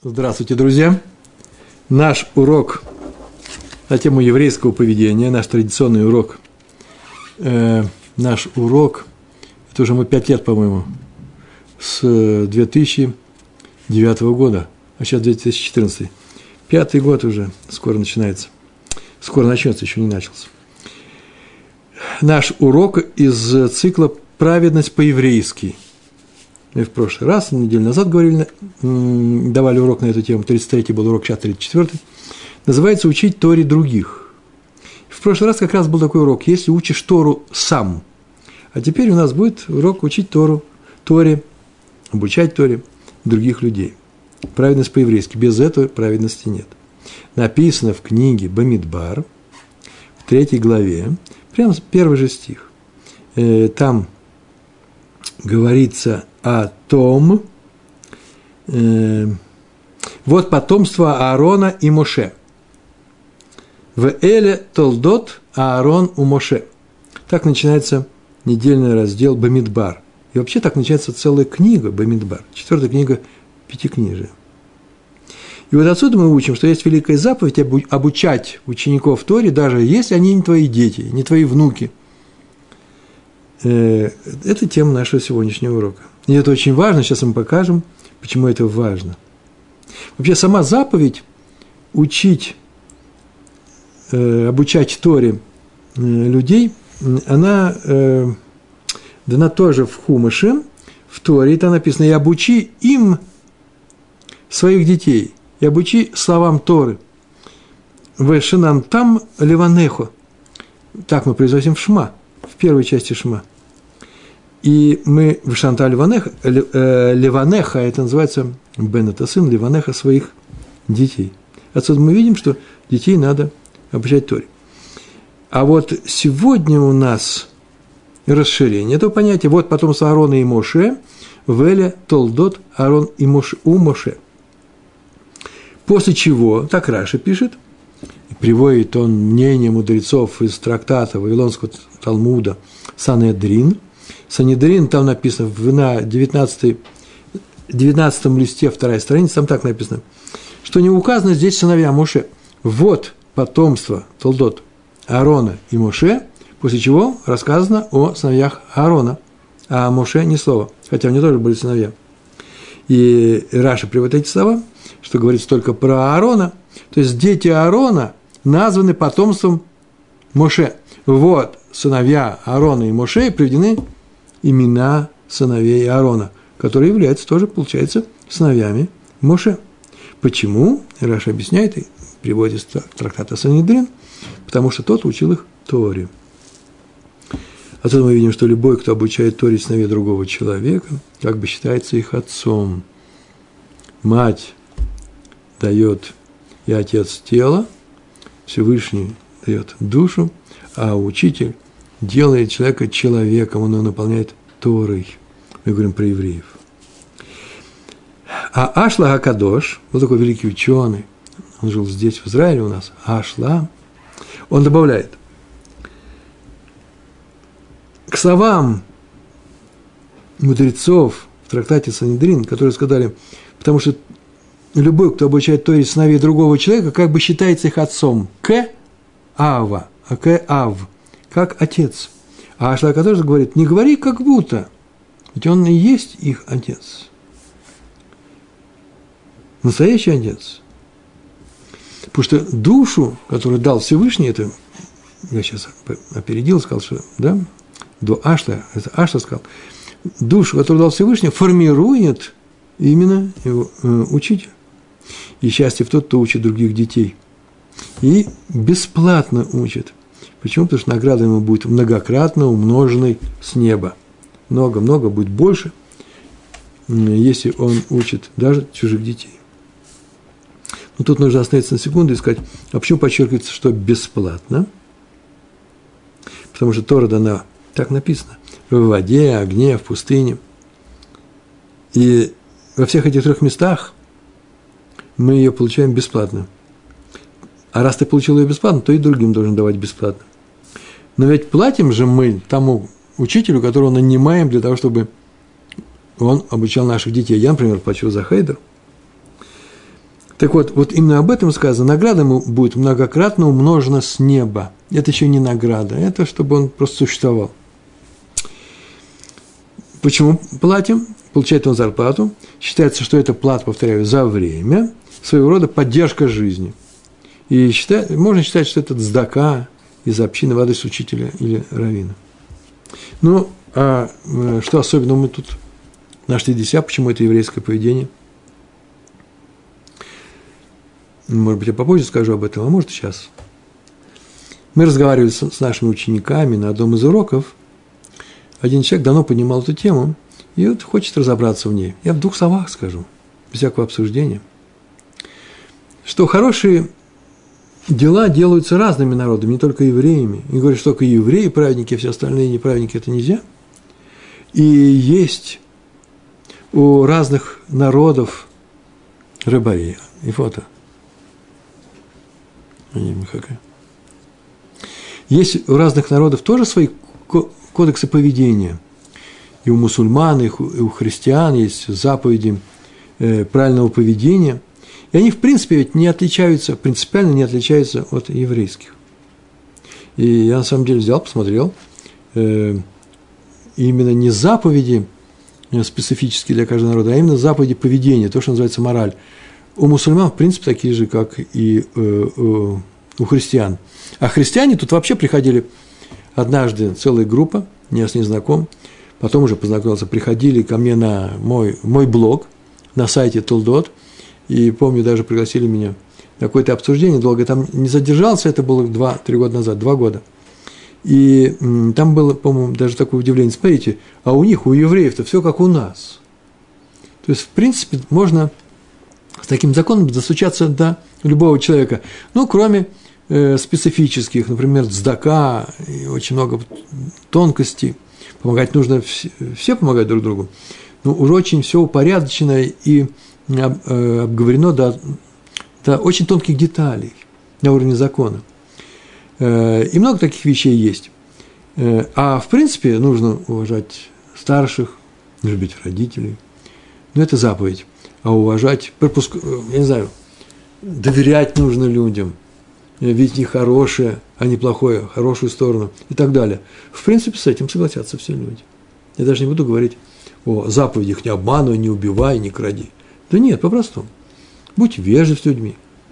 Здравствуйте, друзья! Наш урок на тему еврейского поведения, наш традиционный урок, это уже мы 5 лет, по-моему, с 2009 года, а сейчас 2014. 5-й год уже скоро начинается. Скоро начнется, еще не начался. Наш урок из цикла «Праведность по-еврейски». Мы в прошлый раз, неделю назад говорили, давали урок на эту тему, 33-й был урок, сейчас 34-й. Называется «Учить Торе других». В прошлый раз как раз был такой урок, если учишь Тору сам. А теперь у нас будет урок «Учить Торе, обучать Торе других людей». Праведность по-еврейски. Без этого праведности нет. Написано в книге Бамидбар, в 3 главе, прямо первый же стих. Там говорится о том, вот потомство Аарона и Моше. В Эле Толдот Аарон у Моше. Так начинается недельный раздел Бамидбар. И вообще так начинается целая книга Бамидбар, 4-я книга Пятикнижия. И вот отсюда мы учим, что есть великая заповедь обучать учеников Торе, даже если они не твои дети, не твои внуки. Это тема нашего сегодняшнего урока. И это очень важно, сейчас мы покажем, почему это важно. Вообще сама заповедь учить, обучать Торе людей, она дана тоже в Хумаше, в Торе, и там написано: «И обучи им своих детей, и обучи словам Торы, вешенам там леванехо». Так мы произносим в Шма, в первой части Шма. И мы в Шанта Ливанеха, это называется Бен, это сын Ливанеха своих детей. Отсюда мы видим, что детей надо обучать Торе. А вот сегодня у нас расширение этого понятия. Вот потомство Аарона и Моше, Веле Толдот Аарон и Моше, у Моше. После чего, так Раши пишет, приводит он мнение мудрецов из трактата Вавилонского Талмуда Санедрин. Санедрин, там написано, на 19 листе, 2 страница, там так написано, что не указано здесь сыновья Моше. Вот потомство Толдот Аарона и Моше, после чего рассказано о сыновьях Аарона, а о Моше ни слова, хотя у него тоже были сыновья. И Раши приводит эти слова, что говорится только про Аарона, то есть дети Аарона названы потомством Моше. Вот сыновья Аарона и Моше приведены имена сыновей Аарона, которые являются тоже, получается, сыновьями Моше. Почему? Раши объясняет и приводит из трактата Санедрин, потому что тот учил их Торе. Отсюда мы видим, что любой, кто обучает Торе сыновей другого человека, как бы считается их отцом. Мать дает и отец тело, Всевышний дает душу, а учитель делает человека человеком, он его наполняет Торой. Мы говорим про евреев. А Ашла Акадош, вот такой великий ученый, он жил здесь, в Израиле у нас, Ашла, он добавляет к словам мудрецов в трактате Санедрин, которые сказали, потому что любой, кто обучает Торе сыновей другого человека, как бы считается их отцом. К-ава, К-ав, как отец. А Ашла Акадош говорит, не говори как будто, ведь он и есть их отец. Настоящий отец. Потому что душу, которую дал Всевышний, это я сейчас опередил, сказал, что, да, до Ашла, это Ашла сказал, душу, которую дал Всевышний, формирует именно его учитель. И счастье в тот, кто учит других детей. И бесплатно учит. Почему? Потому что награда ему будет многократно умноженной с неба. Много-много будет больше, если он учит даже чужих детей. Но тут нужно остановиться на секунду и сказать, а почему подчеркивается, что бесплатно? Потому что Тора дана, так написано, в воде, огне, в пустыне. И во всех этих 3 местах мы ее получаем бесплатно. А раз ты получил ее бесплатно, то и другим должен давать бесплатно. Но ведь платим же мы тому учителю, которого нанимаем для того, чтобы он обучал наших детей. Я, например, плачу за хейдер. Так вот именно об этом сказано. Награда ему будет многократно умножена с неба. Это еще не награда, это чтобы он просто существовал. Почему платим? Получает он зарплату. Считается, что это плата, повторяю, за время, своего рода поддержка жизни. И можно считать, что это цдака из общины в адрес учителя или раввина. Ну, а что особенного мы тут нашли дитя? Почему это еврейское поведение? Может быть, я попозже скажу об этом, а может, сейчас. Мы разговаривали с нашими учениками на одном из уроков. Один человек давно поднимал эту тему, и вот хочет разобраться в ней. Я в 2 словах скажу, без всякого обсуждения, что хорошие дела делаются разными народами, не только евреями. И говорят, что только евреи праведники, а все остальные неправедники – это нельзя. И есть у разных народов рыбари и фото. Есть у разных народов тоже свои кодексы поведения. И у мусульман, и у христиан есть заповеди правильного поведения. И они, в принципе, ведь не отличаются, принципиально не отличаются от еврейских. И я, на самом деле, взял, посмотрел, именно не заповеди специфические для каждого народа, а именно заповеди поведения, то, что называется мораль. У мусульман, в принципе, такие же, как и у христиан. А христиане тут вообще приходили однажды, целая группа, я с ней знаком, потом уже познакомился, приходили ко мне на мой блог на сайте Толдот, и помню, даже пригласили меня на какое-то обсуждение, долго там не задержался, это было 2-3 года назад, 2 года. И там было, по-моему, даже такое удивление, смотрите, а у них, у евреев-то все как у нас. То есть, в принципе, можно с таким законом достучаться до любого человека, ну, кроме специфических, например, цдака, и очень много тонкостей. Помогать нужно, все помогать друг другу, но уже очень все упорядочено и обговорено до очень тонких деталей на уровне закона. И много таких вещей есть. А в принципе нужно уважать старших, любить родителей. Но это заповедь. А уважать, я не знаю, доверять нужно людям, видеть не хорошее, а не плохое, хорошую сторону и так далее. В принципе, с этим согласятся все люди. Я даже не буду говорить о заповедях: не обманывай, не убивай, не кради. Да нет, по-простому. Будь вежлив с людьми.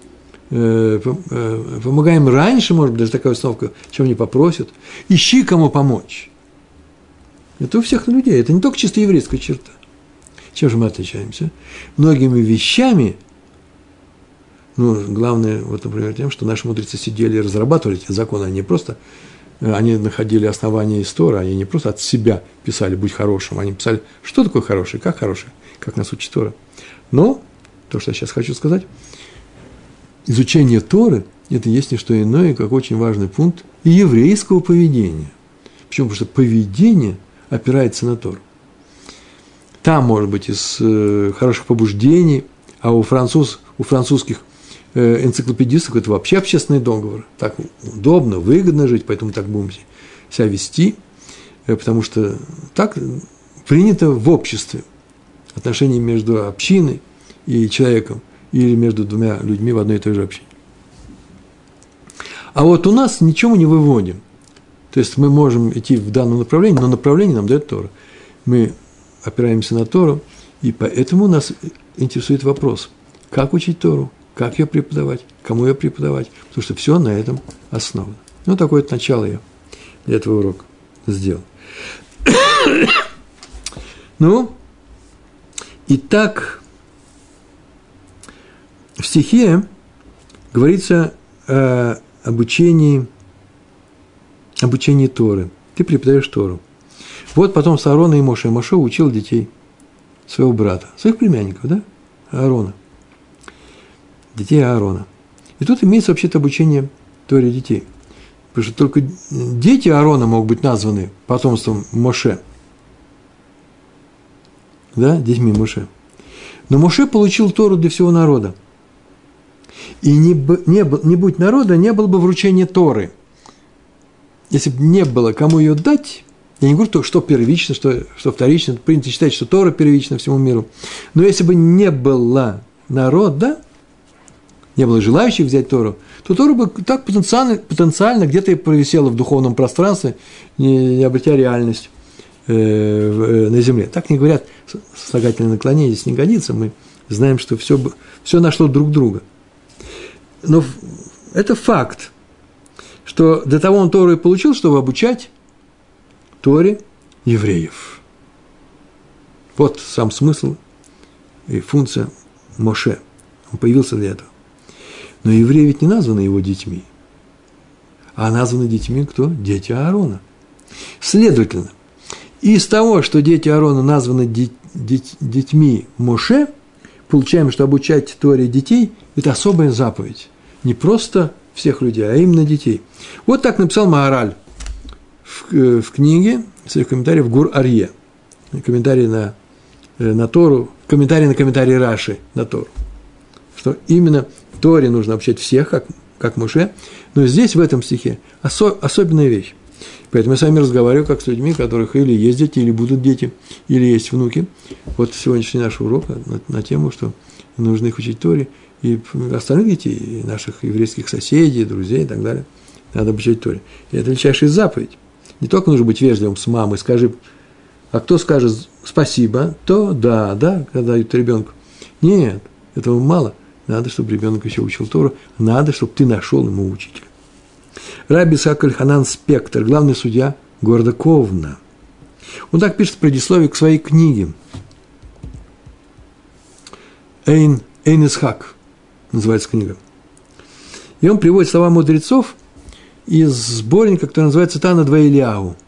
Помогаем раньше, может быть, даже такая установка, чем они попросят. Ищи, кому помочь. Это у всех людей. Это не только чисто еврейская черта. Чем же мы отличаемся? Многими вещами, главное, вот, например, тем, что наши мудрецы сидели и разрабатывали эти законы, они просто, они находили основания из Торы, они не просто от себя писали «будь хорошим», они писали, что такое хороший, как нас учит Тора. Но, то, что я сейчас хочу сказать, изучение Торы – это есть не что иное, как очень важный пункт и еврейского поведения. Почему? Потому что поведение опирается на Тору. Там, может быть, из хороших побуждений, а у французских энциклопедистов это вообще общественный договор. Так удобно, выгодно жить, поэтому так будем себя вести, потому что так принято в обществе. Отношения между общиной и человеком или между двумя людьми в одной и той же общине. А вот у нас ничего мы не выводим. То есть мы можем идти в данном направлении, но направление нам дает Тора. Мы опираемся на Тору, и поэтому нас интересует вопрос, как учить Тору, как ее преподавать, кому ее преподавать, потому что все на этом основано. Ну, такое начало я для этого урока сделал. Ну, итак, в стихе говорится о обучении Торы. Ты преподаешь Тору. Вот потом с Аарона и Моше. Моше учил детей своего брата, своих племянников, да, Аарона. Детей Аарона. И тут имеется вообще-то обучение Торе детей. Потому что только дети Аарона могут быть названы потомством Моше. Да, детьми Моше. Но Моше получил Тору для всего народа. И не будь народа, не было бы вручения Торы. Если бы не было кому ее дать, я не говорю, что первично, что вторично, принято считать, что Тора первична всему миру. Но если бы не было народа, не было желающих взять Тору, то Тора бы так потенциально где-то и провисела в духовном пространстве, не обретя реальность на земле. Так не говорят, слагательное наклонение здесь не годится, мы знаем, что все нашло друг друга. Но это факт, что для того он Тору и получил, чтобы обучать Торе евреев. Вот сам смысл и функция Моше. Он появился для этого. Но евреи ведь не названы его детьми, а названы детьми кто? Дети Аарона. Следовательно, из того, что дети Аарона названы детьми Моше, получаем, что обучать Торе детей – это особая заповедь. Не просто всех людей, а именно детей. Вот так написал Маораль в книге, в своих комментариях в Гур-Арье. Комментарий на Тору, комментарий Раши на Тору. Что именно Торе нужно обучать всех, как Моше, но здесь, в этом стихе, особенная вещь. Поэтому я с вами разговариваю, как с людьми, у которых или есть дети, или будут дети, или есть внуки. Вот сегодняшний наш урок на тему, что нужно их учить Торе, и остальных детей, и наших еврейских соседей, друзей и так далее, надо обучать Торе. И это величайшая заповедь. Не только нужно быть вежливым с мамой, скажи, а кто скажет спасибо, то да, когда дают ребенку. Нет, этого мало. Надо, чтобы ребенок еще учил Тору, надо, чтобы ты нашел ему учителя. Раби Ицхак Эльханан Спектр, главный судья города Ковна. Он так пишет в предисловии к своей книге. Эйн Ицхак называется книга. И он приводит слова мудрецов из сборника, который называется Тана Две Элияу.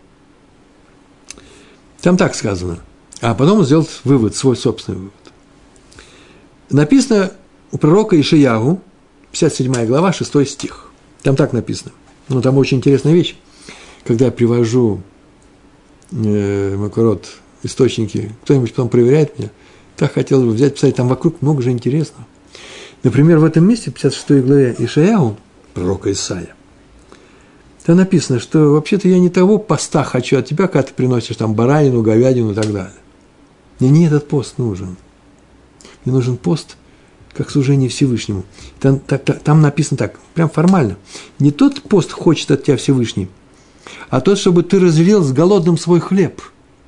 Там так сказано. А потом он сделал вывод, свой собственный вывод. Написано у пророка Ишаяху, 57 глава, 6 стих. Там так написано. Но там очень интересная вещь. Когда я привожу макарот, источники, кто-нибудь потом проверяет меня, так хотелось бы взять, посмотреть, там вокруг много же интересного. Например, в этом месте, в 56 главе Ишаяху, пророка Исаия, там написано, что вообще-то я не того поста хочу от тебя, когда ты приносишь там баранину, говядину и так далее. Мне не этот пост нужен. Мне нужен пост, как служение Всевышнему. Там написано так, прям формально. Не тот пост хочет от тебя Всевышний, а тот, чтобы ты разделил с голодным свой хлеб.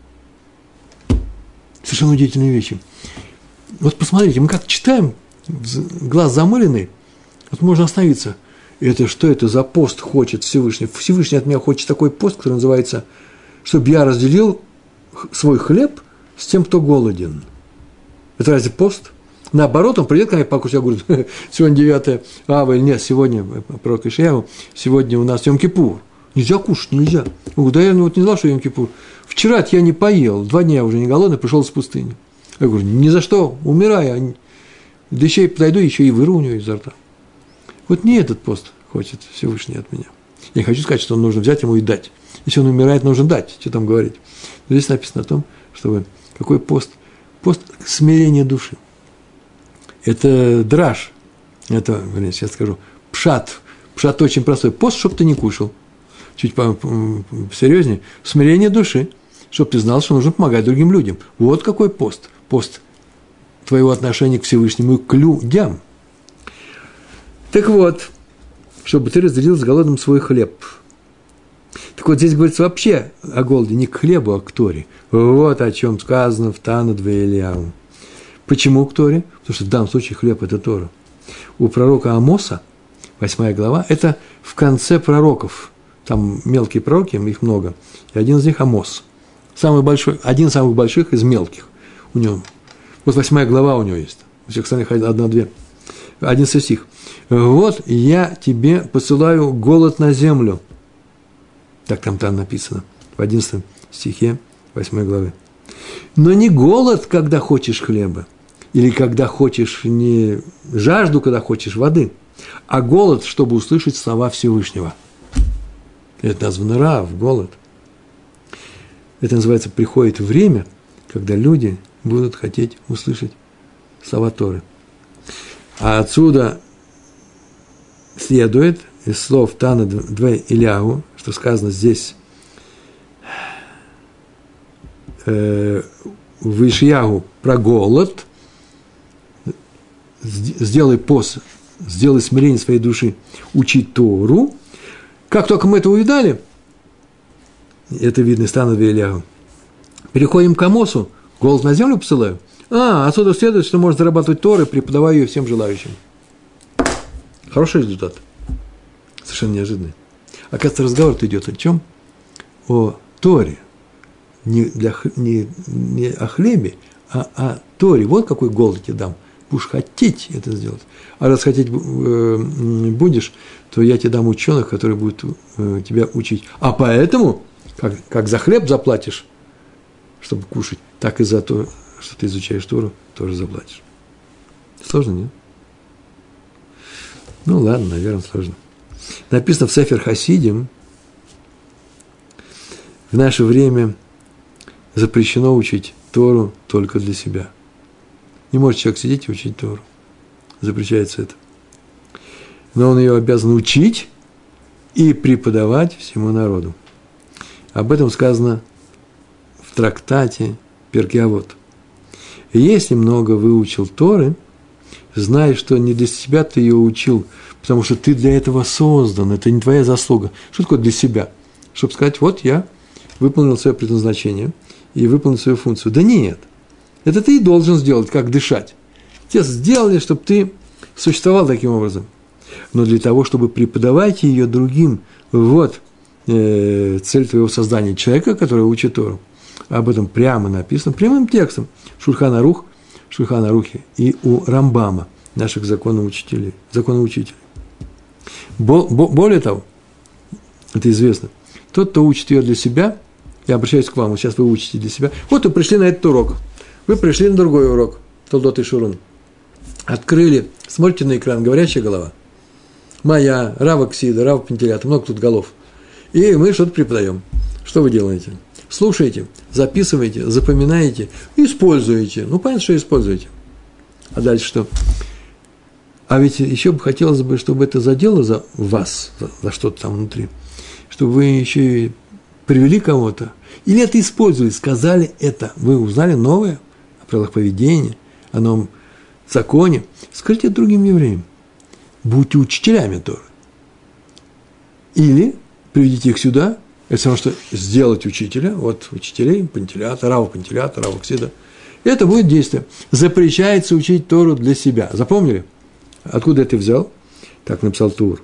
Совершенно удивительные вещи. Вот посмотрите, мы как читаем, глаз замыленный, вот можно остановиться. Это что это за пост хочет Всевышний? Всевышний от меня хочет такой пост, который называется, чтобы я разделил свой хлеб с тем, кто голоден. Это разве пост? Наоборот, он придет ко мне покушать, я говорю, сегодня 9 ава, или нет, сегодня, пророк Ишаяху, сегодня у нас Йом-Кипур. Нельзя кушать, нельзя. Я говорю, да я вот не знал, что Йом-Кипур. Вчера я не поел, 2 дня я уже не голодный, пришел из пустыни. Я говорю, ни за что, умираю. Да еще и подойду, еще и вырву у него изо рта. Вот не этот пост хочет Всевышний от меня. Я не хочу сказать, что нужно взять ему и дать. Если он умирает, нужно дать, что там говорить. Но здесь написано о том, что какой пост? Пост смирения души. Это драж. Это, сейчас скажу, пшат. Пшат очень простой. Пост, чтобы ты не кушал. Чуть серьезнее. Смирение души. Чтобы ты знал, что нужно помогать другим людям. Вот какой пост. Пост твоего отношения к Всевышнему и к людям. Так вот, чтобы ты разделил с голодным свой хлеб. Так вот, здесь говорится вообще о голоде не к хлебу, а к Торе. Вот о чем сказано в Тана Две Элияу. Почему к Торе? Потому что в данном случае хлеб – это Тора. У пророка Амоса, 8 глава, это в конце пророков. Там мелкие пророки, их много. И один из них – Амос. Самый большой, один из самых больших из мелких. У него. Вот 8 глава у него есть. У всех остальных 1-2. 11 стих. «Вот я тебе посылаю голод на землю». Так там написано, в 11 стихе 8 главы. «Но не голод, когда хочешь хлеба, или когда хочешь не жажду, когда хочешь воды, а голод, чтобы услышать слова Всевышнего». Это названо Раав, голод. Это называется «приходит время, когда люди будут хотеть услышать слова Торы». А отсюда следует из слов Тана Две Элияу, что сказано здесь в Ишаяху про голод, сделай пост сделай смирение своей души, учи Тору. Как только мы это увидали, это видно из Тана Вейлягу, переходим к Амосу, голос на землю посылаю. Отсюда следует, что можно зарабатывать Торы, преподавая ее всем желающим. Хороший результат. Совершенно неожиданный. Оказывается, разговор-то идет о чем? О Торе. Не о хлебе, а о Торе. Вот какой голод тебе дам. Будешь хотеть это сделать. А раз хотеть будешь, то я тебе дам ученых, которые будут тебя учить. А поэтому, как за хлеб заплатишь, чтобы кушать, так и за то, что ты изучаешь Тору, тоже заплатишь. Сложно, нет? Ну, ладно, наверное, сложно. Написано в Сефер Хасидим, в наше время запрещено учить Тору только для себя. Не может человек сидеть и учить Тору. Запрещается это. Но он ее обязан учить и преподавать всему народу. Об этом сказано в трактате Перкей Авот. Если много выучил Торы, знай, что не для себя ты ее учил, потому что ты для этого создан, это не твоя заслуга. Что такое для себя? Чтобы сказать, вот я выполнил свое предназначение и выполнил свою функцию. Да нет, это ты и должен сделать, как дышать. Тебя сделали, чтобы ты существовал таким образом. Но для того, чтобы преподавать ее другим, вот цель твоего создания человека, который учит Тору. Об этом прямо написано, прямым текстом в Шульхан Арухе и у Рамбама, наших законоучителей. Более того, это известно, тот, кто учит ее для себя, я обращаюсь к вам, вот сейчас вы учите для себя, вот вы пришли на этот урок, вы пришли на другой урок, Толдот и Шурун, открыли, смотрите на экран, говорящая голова, моя, Рава Ксида, Рава Пантелята, много тут голов, и мы что-то преподаем. Что вы делаете? Слушаете, записываете, запоминаете, используете. Ну, понятно, что используете. А дальше что? А ведь еще бы хотелось бы, чтобы это задело за вас, за что-то там внутри, чтобы вы еще и привели кого-то. Или это использовали, сказали это. Вы узнали новое о правилах поведения, о новом законе. Скажите это другим евреям. Будьте учителями Торы. Или приведите их сюда. Это все равно, что сделать учителя, вот учителей, Пантелята, Рава Ксида. Это будет действие. Запрещается учить Тору для себя. Запомнили? Откуда это взял? Так написал Тур.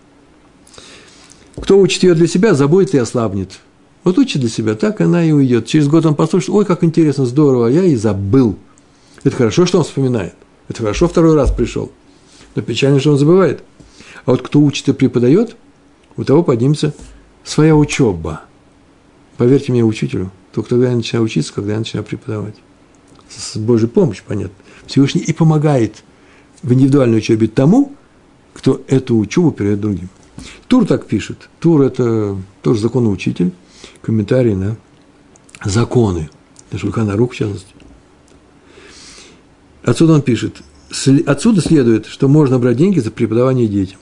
Кто учит ее для себя, забудет и ослабнет. Вот учит для себя, так она и уйдет. Через год он послушает, ой, как интересно, здорово, я и забыл. Это хорошо, что он вспоминает. Это хорошо, второй раз пришел. Но печально, что он забывает. А вот кто учит и преподает, у того поднимется своя учеба. Поверьте мне, учителю, только тогда я начинаю учиться, когда я начинаю преподавать. С Божьей помощью, понятно. Всевышний и помогает в индивидуальной учебе тому, кто эту учебу передает другим. Тур так пишет. Тур – это тоже законоучитель, комментарий на законы, на Шульхан Арух, в частности. Отсюда он пишет. Отсюда следует, что можно брать деньги за преподавание детям.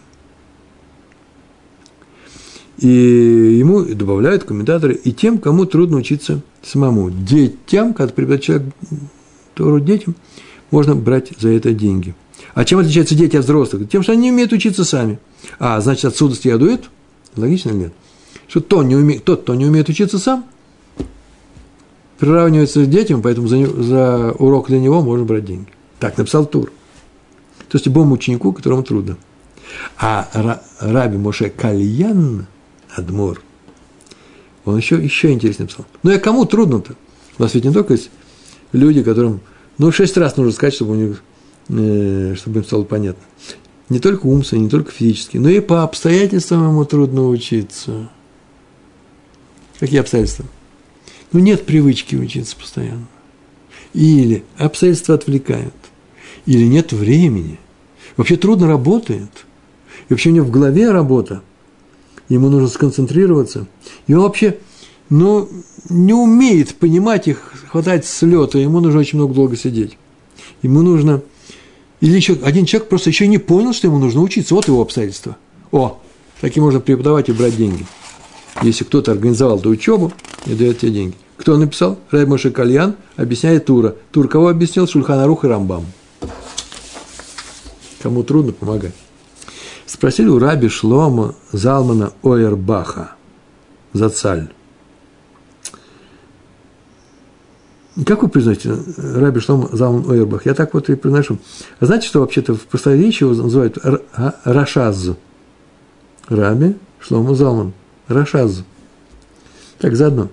И ему добавляют комментаторы и тем, кому трудно учиться самому. Детям, когда преподает человек Тору детям, можно брать за это деньги. А чем отличаются дети от взрослых? Тем, что они не умеют учиться сами. А, значит, отсюда следует, логично или нет, что тот, кто не умеет учиться сам, приравнивается к детям, поэтому за урок для него можно брать деньги. Так написал Тур. То есть любому ученику, которому трудно. А Раби Моше Кальян, Адмор, он еще интереснее написал. Ну, и кому трудно-то? У нас ведь не только есть люди, которым, 6 раз нужно сказать, чтобы им стало понятно. Не только умственно, не только физически, но и по обстоятельствам ему трудно учиться. Какие обстоятельства? Нет привычки учиться постоянно. Или обстоятельства отвлекают. Или нет времени. Вообще трудно работает. И вообще у него в голове работа. Ему нужно сконцентрироваться. И он вообще, не умеет понимать их, хватать с лета. Ему нужно очень много долго сидеть. Ему нужно... Или еще один человек просто еще не понял, что ему нужно учиться. Вот его обстоятельства. Таким можно преподавать и брать деньги. Если кто-то организовал эту учебу и дает тебе деньги. Кто написал? Раби Моше Кальян объясняет Тура. Тур кого объяснил? Шульхан Арух и Рамбам. Кому трудно, помогать. Спросили у раби Шломо Залмана Ойербаха, Зацаль. Как вы произносите, раби Шломо Залман Ойербах? Я так вот и произношу. А знаете, что вообще-то в просторечии его называют Рашаз? Раби Шломо Залман. Рашаз. Так, заодно.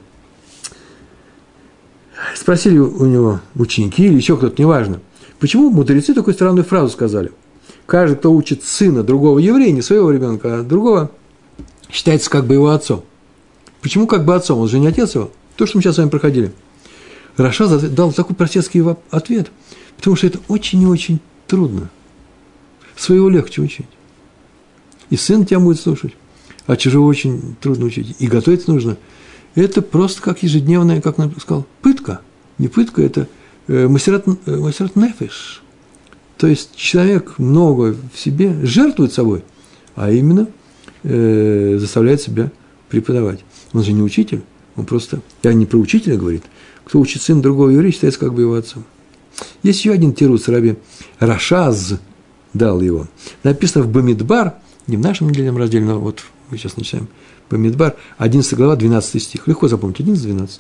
Спросили у него ученики или еще кто-то, неважно, почему мудрецы такую странную фразу сказали? Каждый, кто учит сына другого еврея, не своего ребенка, а другого, считается как бы его отцом. Почему как бы отцом? Он же не отец его. То, что мы сейчас с вами проходили. Рашаз дал такой простецкий ответ, потому что это очень и очень трудно. Своего легче учить. И сын тебя будет слушать, а чужого очень трудно учить. И готовить нужно. Это просто как ежедневная, как он сказал, пытка. Не пытка, это масират нефеш. То есть человек много в себе жертвует собой, а именно заставляет себя преподавать. Он же не учитель, он просто, я не про учителя говорит, кто учит сына другого еврея, считается как бы его отцом. Есть еще один тирус, раби Рашаз дал его. Написано в Бамидбар, не в нашем недельном разделе, но вот мы сейчас начинаем Бамидбар, 11 глава, 12 стих. Легко запомнить, 11-12.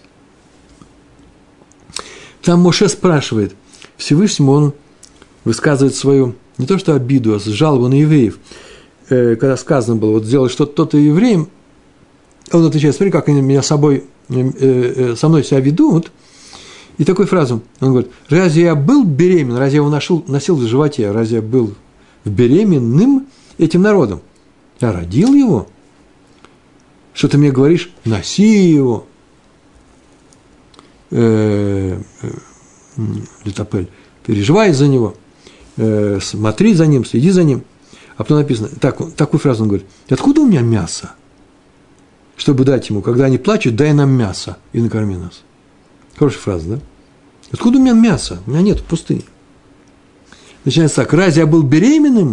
Там Моше спрашивает, Всевышнему он высказывает свою, не то что обиду, а жалобу на евреев. Когда сказано было, вот сделай что-то то-то евреям, он отвечает, смотри, как они меня со мной себя ведут. И такую фразу, он говорит, разве я был беременен, разве я его носил в животе, разве я был беременным этим народом? Я родил его. Что ты мне говоришь, носи его. Лютапель, переживай за него, смотри за ним, следи за ним. А потом написано, такую фразу он говорит, откуда у меня мясо? Чтобы дать ему, когда они плачут, дай нам мясо и накорми нас. Хорошая фраза, да? Откуда у меня мясо? У меня нет в пустыне. Начинается так, разве я был беременным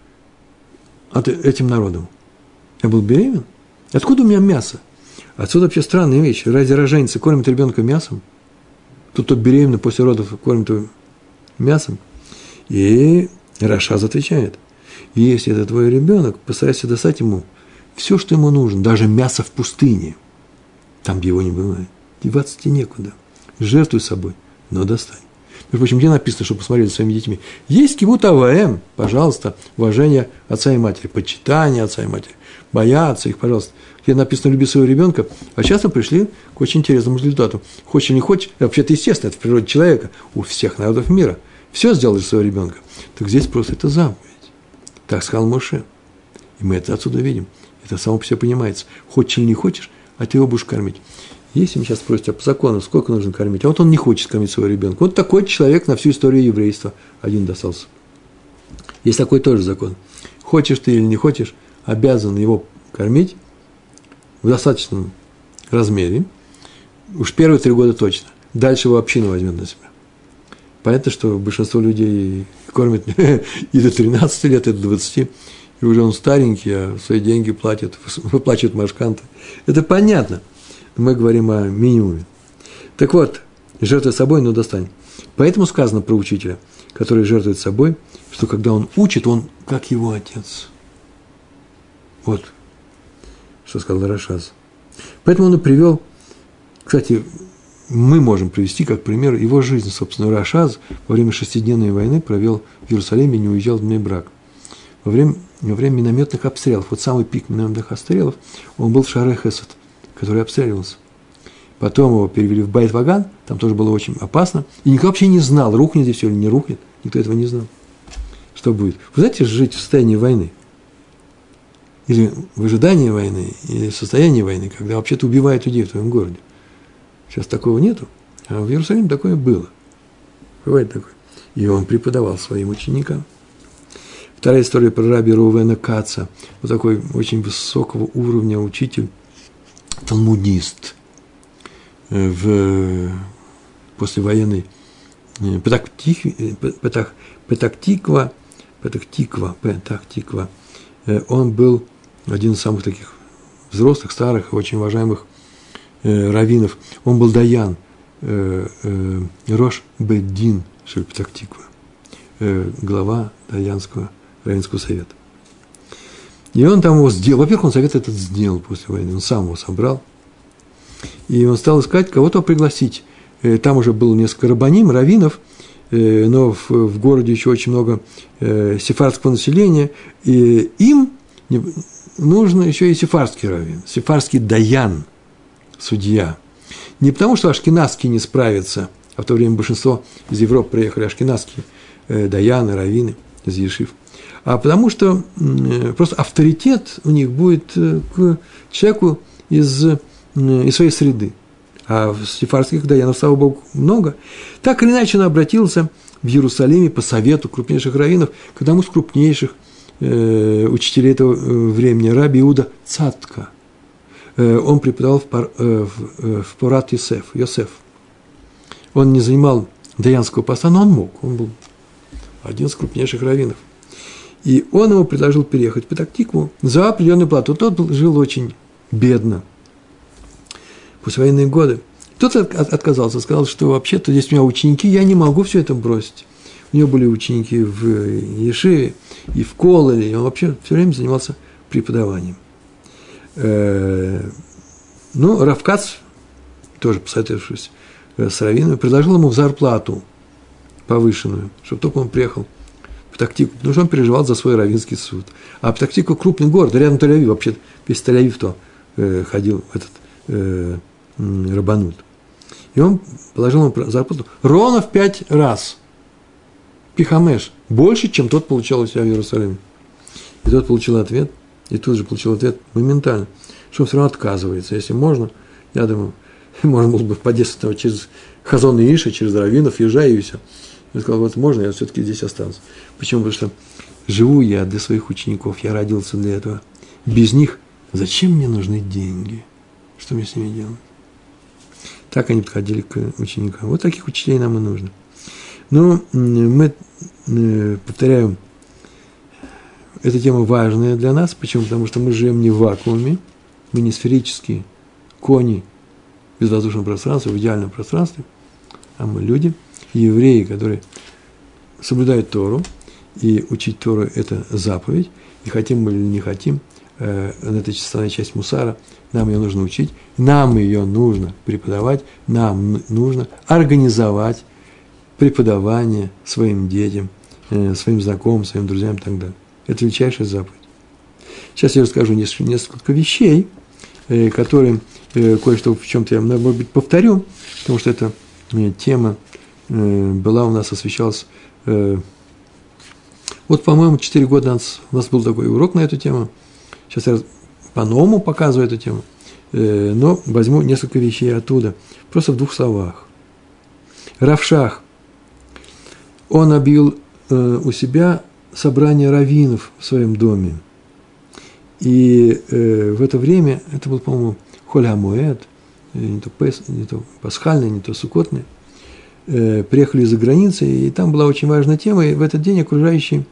этим народом? Я был беременен? Откуда у меня мясо? Отсюда вообще странная вещь. Разве роженица кормит ребенка мясом? Кто беременный после родов кормит его мясом? И Рашаз отвечает, если это твой ребенок, постарайся достать ему все, что ему нужно, даже мясо в пустыне, там, где его не бывает. Деваться тебе некуда. Жертвуй собой, но достань. Между прочим, где написано, чтобы посмотрели за своими детьми? Есть кибут аваэм, пожалуйста, уважение отца и матери, почитание отца и матери, бояться их, пожалуйста. Где написано «люби своего ребенка», а сейчас мы пришли к очень интересному результату. Хочешь или не хочешь, вообще-то естественно, это в природе человека, у всех народов мира. Все сделал для своего ребенка. Так здесь просто это заповедь. Так сказал Моше. И мы это отсюда видим. Это само по себе понимается. Хочешь или не хочешь, а ты его будешь кормить. Если меня сейчас спросят, а по закону сколько нужно кормить? А вот он не хочет кормить своего ребенка. Вот такой человек на всю историю еврейства один достался. Есть такой тоже закон. Хочешь ты или не хочешь, обязан его кормить в достаточном размере. Уж первые 3 года точно. Дальше его община возьмет на себя. Понятно, что большинство людей кормят и до 13 лет, и до 20, и уже он старенький, а свои деньги платит, выплачивает машканты. Это понятно. Мы говорим о минимуме. Так вот, жертвуй собой, но достань. Поэтому сказано про учителя, который жертвует собой, что когда он учит, он как его отец. Вот, что сказал Рашаз. Поэтому он и привел, кстати, мы можем привести как пример его жизнь. Собственно, Рашаз во время 6-дневной войны провел в Иерусалиме и не уезжал в Бней-Брак. Во время минометных обстрелов, вот самый пик минометных обстрелов, он был в Шаарей Хесед, который обстреливался. Потом его перевели в Байт-Ваган, там тоже было очень опасно. И никто вообще не знал, рухнет здесь все или не рухнет. Никто этого не знал. Что будет? Вы знаете, жить в состоянии войны? Или в ожидании войны, или в состоянии войны, когда вообще-то убивают людей в твоем городе. Сейчас такого нету, а в Иерусалиме такое было. Бывает такое. И он преподавал своим ученикам. Вторая история про раби Рувена Каца. Вот такой очень высокого уровня учитель, талмудист в послевоенной Петах-Тиква. Он был один из самых таких взрослых, старых, очень уважаемых раввинов. Он был даян, Рош Бейт-Дин Шель Петах-Тиква, глава даянского раввинского совета. И он там его сделал. Во-первых, он совет этот сделал после войны. Он сам его собрал. И он стал искать кого-то пригласить. Там уже было несколько рабаним, раввинов, но в городе еще очень много сефардского населения. И им нужен еще и сефардский раввин, сефардский даян, судья. Не потому, что ашкеназские не справятся, а в то время большинство из Европы приехали ашкеназские даяны, раввины из ешив, а потому что просто авторитет у них будет к человеку из своей среды. А в сефардских даянов, слава Богу, много. Так или иначе, он обратился в Иерусалиме по совету крупнейших раввинов к одному из крупнейших учителей этого времени, раби Иуда Цатка. Он преподавал в Порат Йосеф. Он не занимал даянского поста, но он мог. Он был один из крупнейших раввинов. И он ему предложил переехать в Петах-Тикву за определенную плату. Тот жил очень бедно. Послевоенные годы. Тот отказался, сказал, что вообще-то здесь у меня ученики, я не могу все это бросить. У него были ученики в Ешиве и в Колеле, и он вообще все время занимался преподаванием. Ну, Рав Кац, тоже посоветовавшись с раввином, предложил ему зарплату повышенную, чтобы только он приехал в Петах-Тикву, потому что он переживал за свой раввинский суд. А Петах-Тиква крупный город, рядом Тель-Авив, вообще весь Тель-Авив то ходил в этот рабанут. И он положил ему зарплату ровно в 5 раз. Пихамеш. Больше, чем тот получал у себя в Иерусалиме. И тот получил ответ, и тут же получил ответ моментально, что он все равно отказывается. Если можно, я думаю, можно было бы подействовать через Хазон и Иша, через раввинов, езжай и все. Он сказал, вот можно, я все-таки здесь останусь. Почему? Потому что живу я для своих учеников, я родился для этого. Без них зачем мне нужны деньги? Что мне с ними делать? Так они подходили к ученикам. Вот таких учителей нам и нужно. Но мы, повторяю, эта тема важная для нас. Почему? Потому что мы живем не в вакууме, мы не сферические кони в безвоздушном пространстве, в идеальном пространстве, а мы люди, евреи, которые соблюдают Тору, и учить Тору – это заповедь, и хотим мы или не хотим, это основная часть мусара, нам ее нужно учить, нам ее нужно преподавать, нам нужно организовать преподавание своим детям, своим знакомым, своим друзьям и так далее. Это величайшая заповедь. Сейчас я расскажу несколько вещей, которые кое-что в чем-то я, может быть, повторю, потому что эта тема была у нас, освещалась. Вот, по-моему, 4 года у нас был такой урок на эту тему. Сейчас я по-новому показываю эту тему, но возьму несколько вещей оттуда, просто в 2 словах. Рав Шах, он объявил у себя собрание раввинов в своем доме. И в это время, это был, по-моему, Холь ха-Моэд, не то пасхальный, не то суккотный, приехали из-за границы, и там была очень важная тема, и в этот день окружающие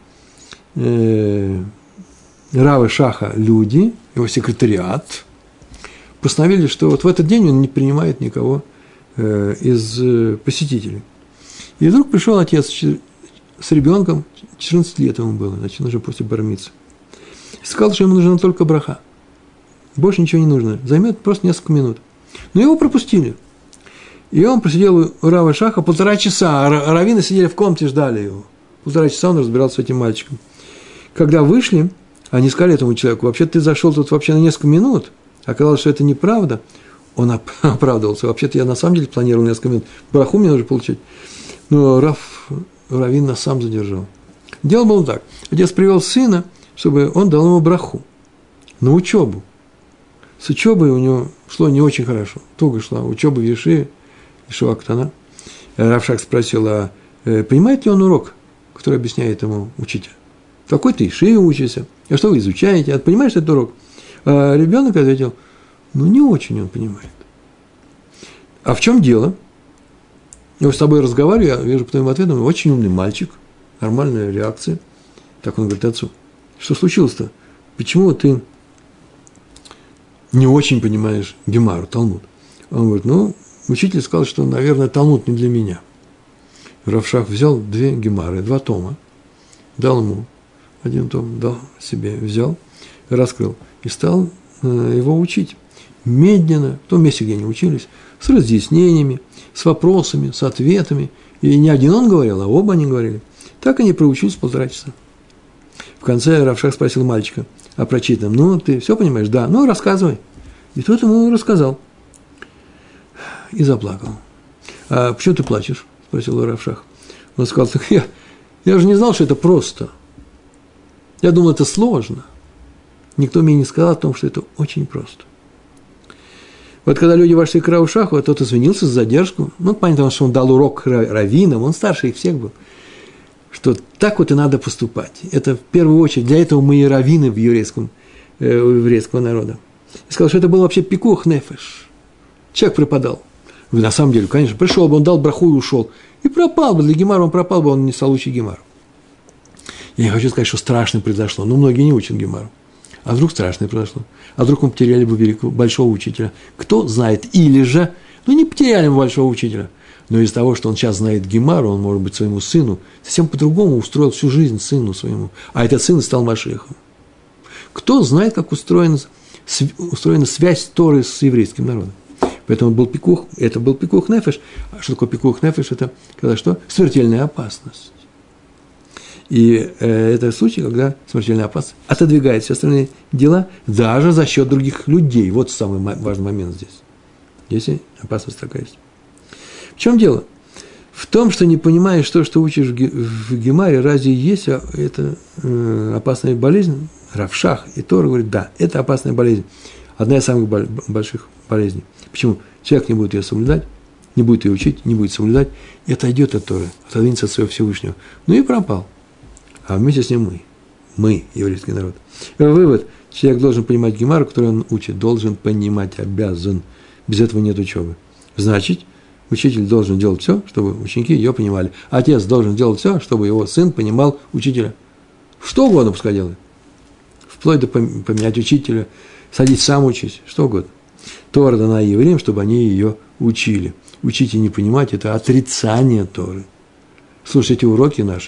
Рава Шаха люди, его секретариат, постановили, что вот в этот день он не принимает никого из посетителей. И вдруг пришел отец с ребенком, 14 лет ему было, значит, он уже после бар-мицвы. И сказал, что ему нужна только браха. Больше ничего не нужно. Займет просто несколько минут. Но его пропустили. И он просидел у Рава Шаха 1,5 часа, а раввины сидели в комнате, ждали его. 1,5 часа он разбирался с этим мальчиком. Когда вышли, они сказали этому человеку, вообще ты зашел тут вообще на несколько минут. Оказалось, что это неправда. Он оправдывался. Вообще-то я на самом деле планировал несколько минут. Браху мне нужно получить. Но раввин нас сам задержал. Дело было так. Отец привел сына, чтобы он дал ему браху на учебу. С учебой у него шло не очень хорошо. Туго шла учеба в Ешиве, Ешива Ктана. Рав Шах спросил, а понимает ли он урок, который объясняет ему учитель? В какой-то Ешиве учишься, а что вы изучаете? А ты понимаешь этот урок? А ребенок ответил, не очень он понимает. А в чем дело? Я с тобой разговариваю, я вижу по твоим ответам, очень умный мальчик, нормальная реакция. Так он говорит отцу, что случилось-то? Почему ты не очень понимаешь Гемару, Талмуд? Он говорит, учитель сказал, что, наверное, Талмуд не для меня. Рав Шах взял 2 Гемары, 2 тома, дал ему один том дал себе, взял, раскрыл и стал его учить. Медленно, в том месте, где они учились, с разъяснениями, с вопросами, с ответами. И не один он говорил, а оба они говорили. Так они проучились 1,5 часа. В конце Рав Шах спросил мальчика о прочитанном. Ну, ты все понимаешь? Да. Ну, рассказывай. И тот ему рассказал. И заплакал. А почему ты плачешь? Спросил Рав Шах. Он сказал, так я же не знал, что это просто. Я думал, это сложно. Никто мне не сказал о том, что это очень просто. Вот когда люди вошли к Раву Шаху, тот извинился за задержку. Ну, понятно, что он дал урок раввинам, он старше их всех был. Что так вот и надо поступать. Это в первую очередь, для этого мы и раввины у еврейского народа. И сказал, что это был вообще пикух нефеш. Человек пропадал. На самом деле, конечно, пришел бы, он дал браху и ушел. И пропал бы, для гемара он пропал бы, он не стал учить гемару. Я не хочу сказать, что страшное произошло, но многие не учат гемару. А вдруг страшное произошло? А вдруг мы потеряли бы большого учителя? Кто знает? Или же, не потеряли бы большого учителя, но из-за того, что он сейчас знает гемару, он, может быть, своему сыну совсем по-другому устроил всю жизнь сыну своему. А этот сын стал Машиахом. Кто знает, как устроена связь Торы с еврейским народом? Поэтому это был пикух нефеш. А что такое пикух нефеш? Это когда что? Смертельная опасность. И это случай, когда смертельная опасность отодвигает все остальные дела даже за счет других людей. Вот самый важный момент здесь. Если опасность такая есть. В чем дело? В том, что не понимаешь то, что учишь в гемаре, разве есть это опасная болезнь? Рав Шах и Тора говорит, да, это опасная болезнь. Одна из самых больших болезней. Почему? Человек не будет ее соблюдать, не будет ее учить, не будет соблюдать, и отойдет от Торы, отодвинется от своего Всевышнего. Ну и пропал. А вместе с ним мы, еврейский народ. Вывод. Человек должен понимать гемару, которую он учит, должен понимать, обязан. Без этого нет учебы. Значит, учитель должен делать все, чтобы ученики ее понимали. Отец должен делать все, чтобы его сын понимал учителя. Что угодно пускай делает. Вплоть до поменять учителя, садись сам учить, что угодно. Тора дана евреям, чтобы они ее учили. Учить и не понимать – это отрицание Торы. Слушайте уроки наши,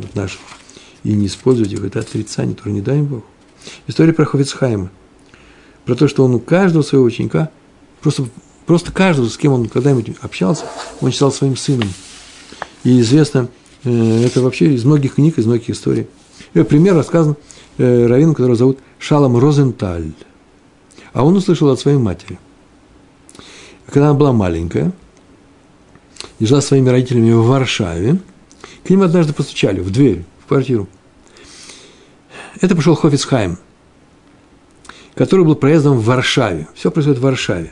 и не использовать их – это отрицание Торы, не дай им Бог. История про Хофец Хаима, про то, что он у каждого своего ученика, просто каждого, с кем он когда-нибудь общался, он считал своим сыном. И известно, это вообще из многих книг, из многих историй. Пример рассказан раввину, которого зовут Шалом Розенталь. А он услышал от своей матери. Когда она была маленькая, и жила со своими родителями в Варшаве, к ним однажды постучали в дверь, в квартиру. Это пришел Хофец Хаим, который был проездом в Варшаве. Все происходит в Варшаве.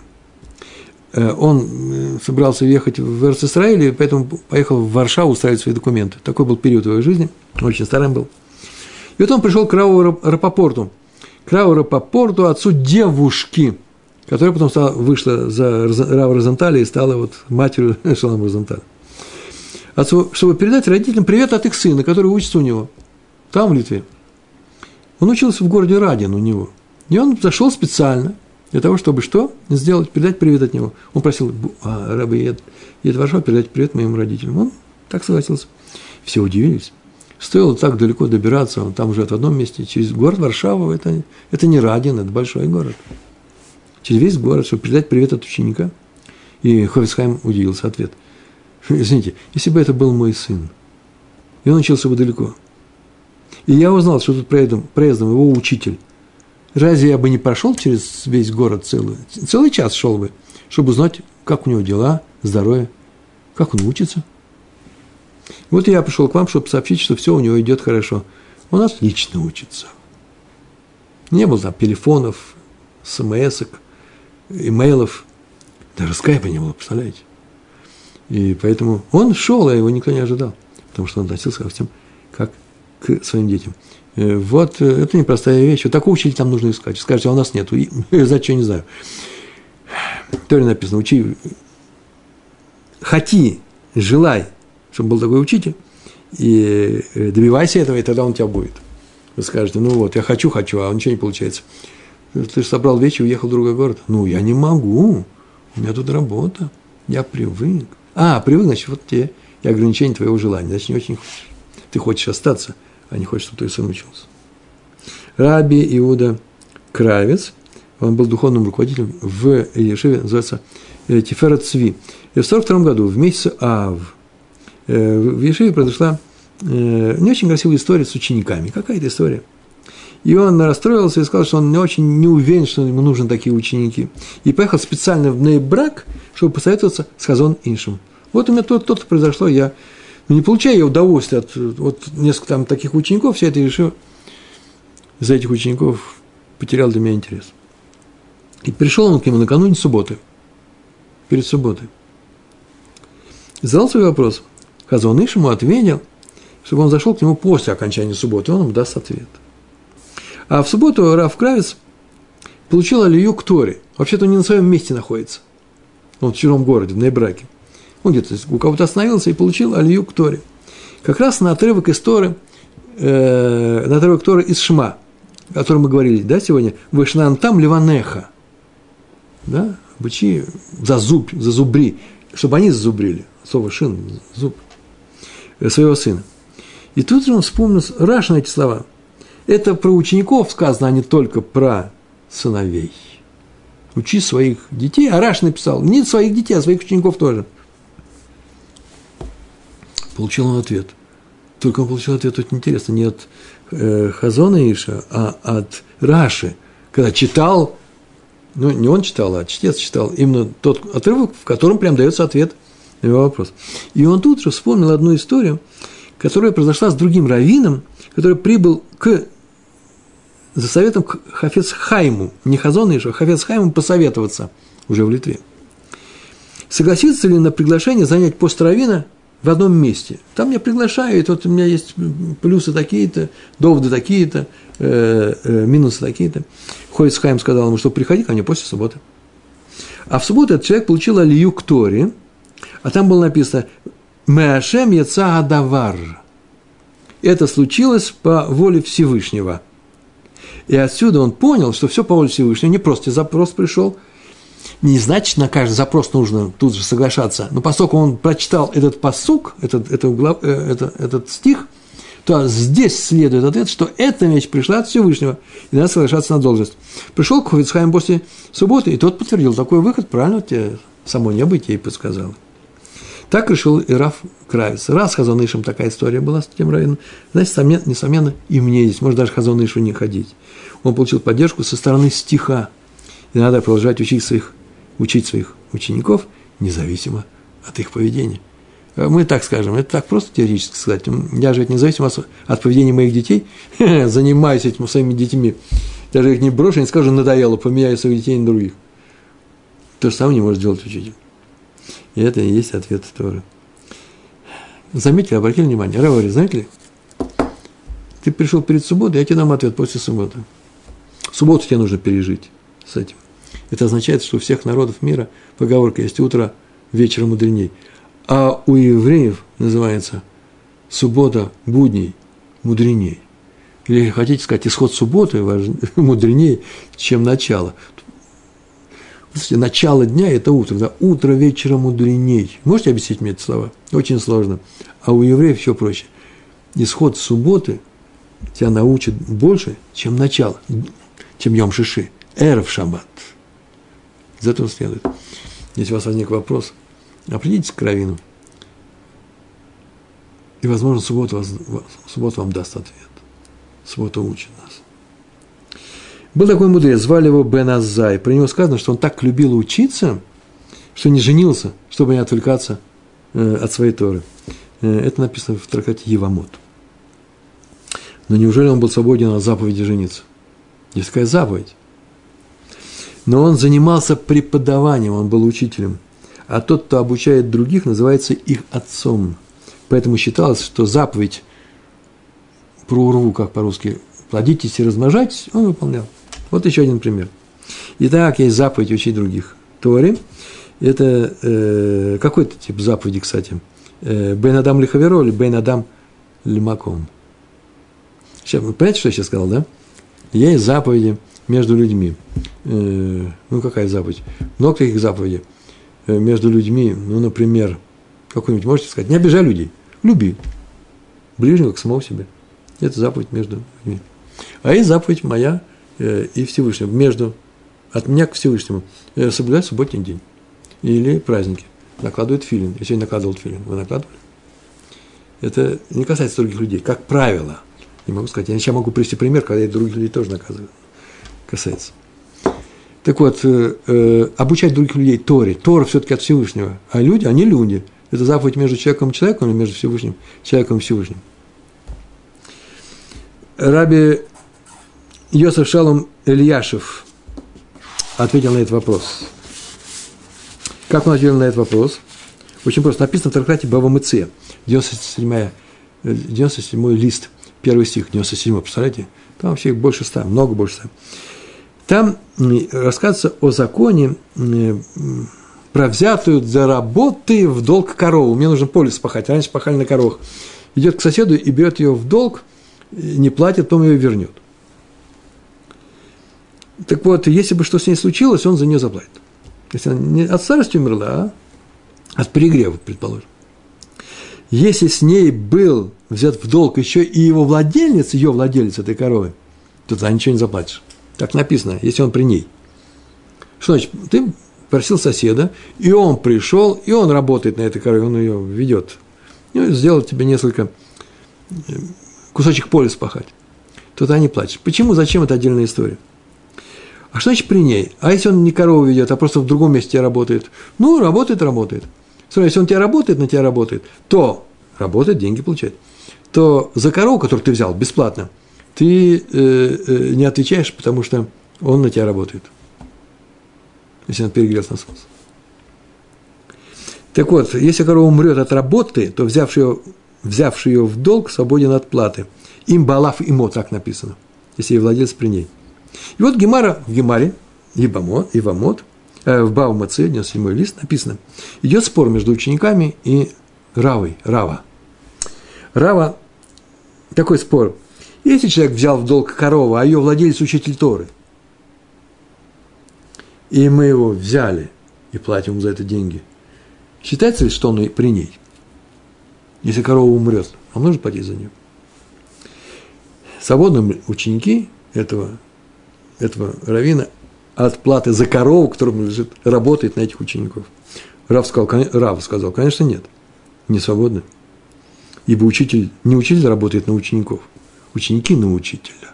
Он собирался ехать в Эрец-Исраэль, и поэтому поехал в Варшаву устраивать свои документы. Такой был период его жизни, очень старым был. И вот он пришел к Раву Рапопорту. К Раву Рапопорту, отцу девушки, которая потом вышла за Рава Розенталя и стала вот матерью Шалома Розенталя. Отцу, чтобы передать родителям привет от их сына, который учится у него, там, в Литве. Он учился в городе Радин у него. И он зашел специально для того, чтобы что сделать? Передать привет от него. Он просил, Раби едет в Варшаву, передать привет моим родителям. Он так согласился. Все удивились. Стоило так далеко добираться, он там живет в одном месте, через город Варшаву, это не Радин, это большой город. Через весь город, чтобы передать привет от ученика. И Хофец Хаим удивился, ответ. Извините, если бы это был мой сын, и он учился бы далеко, и я узнал, что тут проездом его учитель, разве я бы не прошел через весь город целый час шел бы, чтобы узнать, как у него дела, здоровье, как он учится? Вот я пришел к вам, чтобы сообщить, что все у него идет хорошо. Он отлично учится. Не было там телефонов, смс-ок, имейлов, даже скайпа не было, представляете? И поэтому он шел, а его никто не ожидал, потому что он относился ко всем как к своим детям. Вот это непростая вещь. Вот такого учителя там нужно искать. Скажете, а у нас нету. За что, не знаю. В Торе написано, учи, хоти, желай, чтобы был такой учитель, и добивайся этого, и тогда он у тебя будет. Вы скажете, ну вот, я хочу, а ничего не получается. Ты же собрал вещи и уехал в другой город. Ну, я не могу, у меня тут работа, я привык. Привык, значит, вот тебе и ограничение твоего желания, значит, не очень хочешь. Ты хочешь остаться, а не хочет, чтобы твой сын учился. Раби Иуда Кравец, он был духовным руководителем в Ешиве, называется Тиферет Цви. И в 1942 году, в месяце Ав, в Ешиве произошла не очень красивая история с учениками. Какая-то история. И он расстроился и сказал, что он очень не уверен, что ему нужны такие ученики. И поехал специально в Нейбрак, чтобы посоветоваться с Хазон Ишем. Вот у меня то-то произошло, я не получаю удовольствия от вот несколько там таких учеников, вся эта Ешива из этих учеников потерял для меня интерес. И пришел он к нему накануне субботы, перед субботой. И задал свой вопрос. Хазон Иш ему ответил, чтобы он зашел к нему после окончания субботы, он ему даст ответ. А в субботу Рав Кравец получил алию к Торе. Вообще-то он не на своем месте находится. Он в чужом городе, в Нейбраке. Он где-то у кого-то остановился и получил алию к Торе. Как раз на отрывок из Торы, на отрывок Торы из Шма, о котором мы говорили, да, сегодня, «Вышнан там ливанеха», да, обучи, зазубри, чтобы они зазубрили, слово «шин», зуб, своего сына. И тут же он вспомнил Раши на эти слова. Это про учеников сказано, а не только про сыновей. Учи своих детей, а Раши написал, не своих детей, а своих учеников тоже. Получил он ответ. Только он получил ответ очень интересно, не от Хазона Иша, а от Раши, когда читал, ну, не он читал, а чтец читал именно тот отрывок, в котором прям дается ответ на его вопрос. И он тут же вспомнил одну историю, которая произошла с другим раввином, который прибыл за советом к Хафец Хайму, не Хазону Ишу, а Хафец Хайму посоветоваться уже в Литве. Согласится ли на приглашение занять пост раввина в одном месте? Там меня приглашают, вот у меня есть плюсы такие-то, доводы такие-то, минусы такие-то. Хафец Хайм сказал ему, что приходи ко мне после субботы. А в субботу этот человек получил алию к Торе, а там было написано «Меашем яца адавар». Это случилось по воле Всевышнего. И отсюда он понял, что все по воле Всевышнего, не просто запрос пришел, не значит, на каждый запрос нужно тут же соглашаться, но поскольку он прочитал этот пасук, этот стих, то здесь следует ответ, что эта вещь пришла от Всевышнего, и надо соглашаться на должность. Пришел к Хафец Хайм после субботы, и тот подтвердил такой выход, правильно тебе само небо тебе подсказало. Так решил и Рав Кравец. Раз Хазон Ишем такая история была с тем раввином, значит, несомненно, и мне здесь, может даже Хазон Ишу не ходить. Он получил поддержку со стороны стиха, и надо продолжать учить своих учеников, независимо от их поведения. Мы так скажем, это так просто теоретически сказать. Я же ведь независимо от поведения моих детей занимаюсь этими своими детьми. Даже их не брошу, не скажу, надоело, поменяю своих детей на других. То же самое не может делать учитель. И это и есть ответ Торы. Заметили, обратили внимание, Рав говорит, знаете ли, ты пришел перед субботой, я тебе дам ответ после субботы. Субботу тебе нужно пережить с этим. Это означает, что у всех народов мира поговорка есть утро вечером мудреней. А у евреев называется суббота будней мудреней. Или хотите сказать, исход субботы мудреней, чем начало. Слушайте, начало дня – это утро, да? Утро вечера мудреней. Можете объяснить мне эти слова? Очень сложно. А у евреев еще проще. Исход субботы тебя научит больше, чем начало, чем Йом Шиши. Эрев Шаббат. Из этого следует. Если у вас возник вопрос, обратитесь к раввину. И, возможно, суббота вам даст ответ. Суббота учит нас. Был такой мудрец, звали его Бен Азай. Про него сказано, что он так любил учиться, что не женился, чтобы не отвлекаться от своей Торы. Это написано в трактате Евамот. Но неужели он был свободен от заповеди жениться? Есть такая заповедь. Но он занимался преподаванием, он был учителем. А тот, кто обучает других, называется их отцом. Поэтому считалось, что заповедь про урву, как по-русски, плодитесь и размножайтесь, он выполнял. Вот еще один пример. Итак, есть заповедь учить других. Торе – это какой-то тип заповеди, кстати. Бен Адам лихаверо или Бен Адам лимаком. Сейчас, вы понимаете, что я сейчас сказал, да? Есть заповеди между людьми. Ну, какая заповедь? Много таких заповедей между людьми. Ну, например, какую-нибудь можете сказать? Не обижай людей. Люби ближнего к самому себе. Это заповедь между людьми. А есть заповедь моя и Всевышнего, от меня к Всевышнему. Соблюдать субботний день или праздники. Накладывает тфилин. Я сегодня накладывал тфилин. Вы накладывали? Это не касается других людей. Как правило, не могу сказать. Я сейчас могу привести пример, когда я других людей тоже наказываю. Касается. Так вот, обучать других людей Торе. Тора все-таки от Всевышнего. А люди, они люди. Это заповедь между человеком и человеком или между Всевышним, человеком и Всевышним. Раби Йосеф Шалом Эльяшев ответил на этот вопрос. Как он ответил на этот вопрос? Очень просто. Написано в трактате Бава Меция, 97-й лист, первый стих, 97-й, представляете? Там вообще их больше 100, много больше 100. Там рассказывается о законе про взятую за работы в долг корову. Мне нужно поле спахать, раньше пахали на коровах. Идет к соседу и берет ее в долг, не платит, потом ее вернет. Так вот, если бы что с ней случилось, он за нее заплатит. Если она не от старости умерла, а от перегрева, предположим. Если с ней был взят в долг еще и его владелец, ее владелец этой коровы, то тогда ничего не заплатишь. Так написано, если он при ней. Что значит? Ты просил соседа, и он пришел, и он работает на этой корове, он ее ведет. И сделает тебе несколько кусочек поля спахать. То ты не платишь. Почему? Зачем? Это отдельная история. А что значит при ней? А если он не корову ведет, а просто в другом месте работает? Ну, работает. Смотри, если он на тебя работает, то работает, деньги получает. То за корову, которую ты взял бесплатно, ты не отвечаешь, потому что он на тебя работает. Если он перегрелся насос. Так вот, если корова умрет от работы, то взявший ее в долг свободен от платы. Им балав имо, так написано, если и владелец при ней. И вот в Гемаре, Ивамот, в Бава Меция, 97-й лист, написано, идет спор между учениками и Рава. Рава, такой спор. Если человек взял в долг корову, а ее владелец учитель Торы, и мы его взяли и платим ему за это деньги, считается ли, что он и при ней? Если корова умрет, он нужно платить за нее. Свободные ученики этого раввина от платы за корову, которая работает на этих учеников. Рав сказал, конечно, нет, не свободны. Ибо не учитель работает на учеников, ученики на учителя.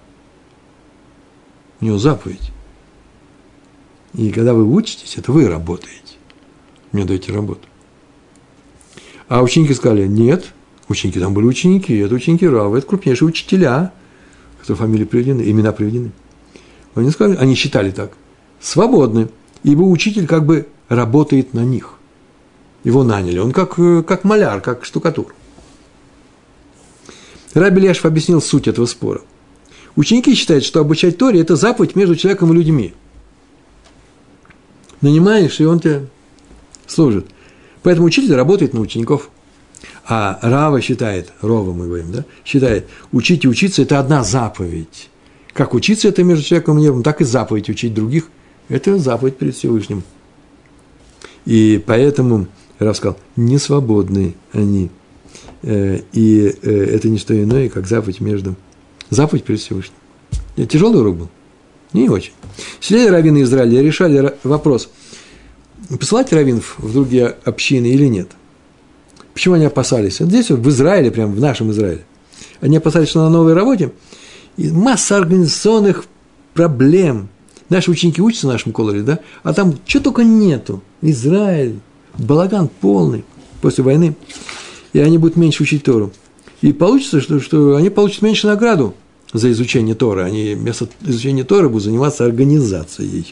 У него заповедь. И когда вы учитесь, это вы работаете. Мне даете работу. А ученики сказали, нет, ученики, там были ученики, это ученики Рава, это крупнейшие учителя, которые фамилии приведены, имена приведены. Они сказали, они считали так, свободны, ибо учитель как бы работает на них. Его наняли, он как маляр, как штукатур. Раби Элияшев объяснил суть этого спора. Ученики считают, что обучать Торе – это заповедь между человеком и людьми. Нанимаешь, и он тебе служит. Поэтому учитель работает на учеников. А Рава считает, Рова мы говорим, да, считает, учить и учиться – это одна заповедь. Как учиться это между человеком и небом, так и заповедь учить других – это заповедь перед Всевышним. И поэтому Рав сказал, не свободны они. И это не что иное, как заповедь перед Всевышним. Тяжелый урок был? Не очень. Сидели раввины Израиля, решали вопрос, посылать раввинов в другие общины или нет. Почему они опасались? Вот здесь, вот в Израиле, прямо в нашем Израиле, они опасались, что на новой работе, и масса организационных проблем. Наши ученики учатся в нашем колледже, да? А там чего только нету. Израиль, балаган полный после войны. И они будут меньше учить Тору. И получится, что они получат меньше награду за изучение Торы. Они вместо изучения Торы будут заниматься организацией.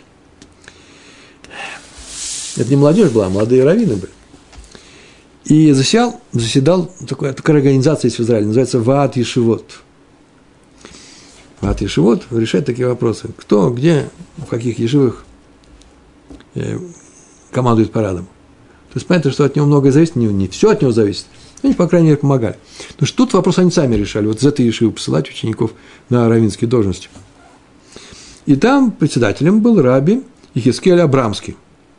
Это не молодежь была, а молодые раввины были. И заседал такая организация есть в Израиле, называется Ваат Ешивот. Ваат Ешивот решает такие вопросы. Кто, где, в каких ешивах командует парадом. То есть, понятно, что от него многое зависит, не все от него зависит. Они, по крайней мере, помогали. Потому что тут вопрос они сами решали. Вот из этой ешивы посылать учеников на раввинские должности. И там председателем был раби Ихискель Абрамский.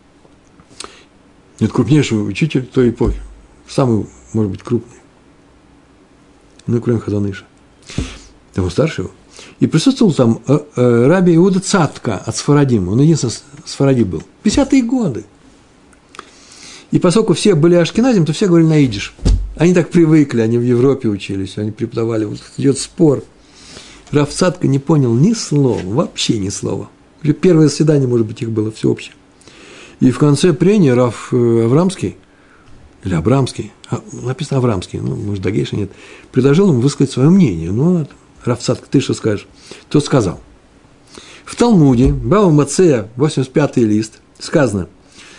Это крупнейший учитель той эпохи. Самый, может быть, крупный. Ну, кроме Хазон Иша. Того старшего. И присутствовал там раби Иуда Цатка от Сфарадима. Он единственный Сфаради был. 50-е годы. И поскольку все были ашкеназим, то все говорили на идиш. Они так привыкли, они в Европе учились, они преподавали. Вот идет спор. Рав Цатка не понял ни слова, вообще ни слова. Первое заседание, может быть, их было всеобщее. И в конце прения Рав Аврамский, или Абрамский, написано Аврамский, ну, может, Дагейша нет, предложил ему высказать свое мнение. Ну, Рав Цатка, ты что скажешь? Тот сказал. В Талмуде, Бава Мацея, 85-й лист, сказано,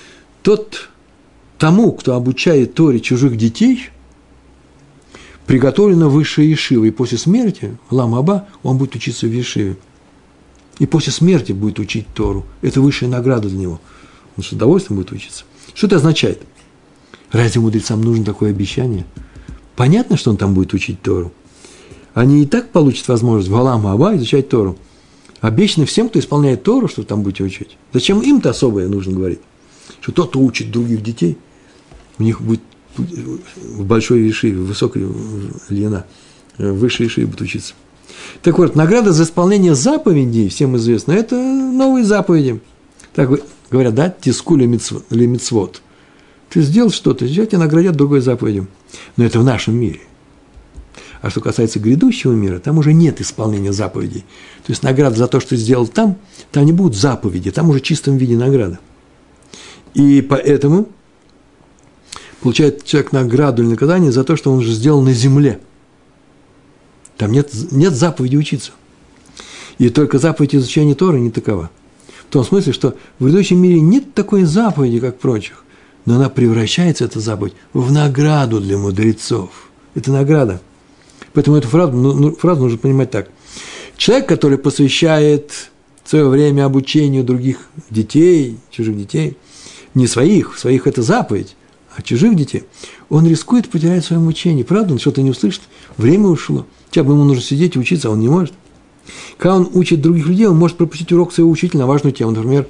тому, кто обучает Торе чужих детей, приготовлена высшая ешива, и после смерти, Лам Аба, он будет учиться в ешиве. И после смерти будет учить Тору. Это высшая награда для него. Он с удовольствием будет учиться. Что это означает? Разве мудрецам нужно такое обещание? Понятно, что он там будет учить Тору. Они и так получат возможность в Лам Аба изучать Тору. Обещано всем, кто исполняет Тору, что там будете учить. Зачем им-то особое нужно говорить? Что тот, кто учит других детей, у них будет в большой ешиве, в высокой льена, в высшей ешиве будут учиться. Так вот, награда за исполнение заповедей, всем известно, это новые заповеди. Так говорят, да, тиску ли мицвот. Ты сделал что-то, сейчас тебя наградят другой заповедью. Но это в нашем мире. А что касается грядущего мира, там уже нет исполнения заповедей. То есть награда за то, что ты сделал там не будут заповеди, там уже в чистом виде награда. И поэтому получает человек награду или наказание за то, что он уже сделал на земле. Там нет заповеди учиться. И только заповедь изучения Торы не такова. В том смысле, что в грядущем мире нет такой заповеди, как прочих, но она превращается, эта заповедь, в награду для мудрецов. Это награда. Поэтому эту фразу нужно понимать так. Человек, который посвящает свое время обучению других детей, чужих детей, не своих это заповедь, а чужих детей, он рискует потерять свое учение. Правда, он что-то не услышит, время ушло. Сейчас бы ему нужно сидеть и учиться, а он не может. Когда он учит других людей, он может пропустить урок своего учителя на важную тему. Например,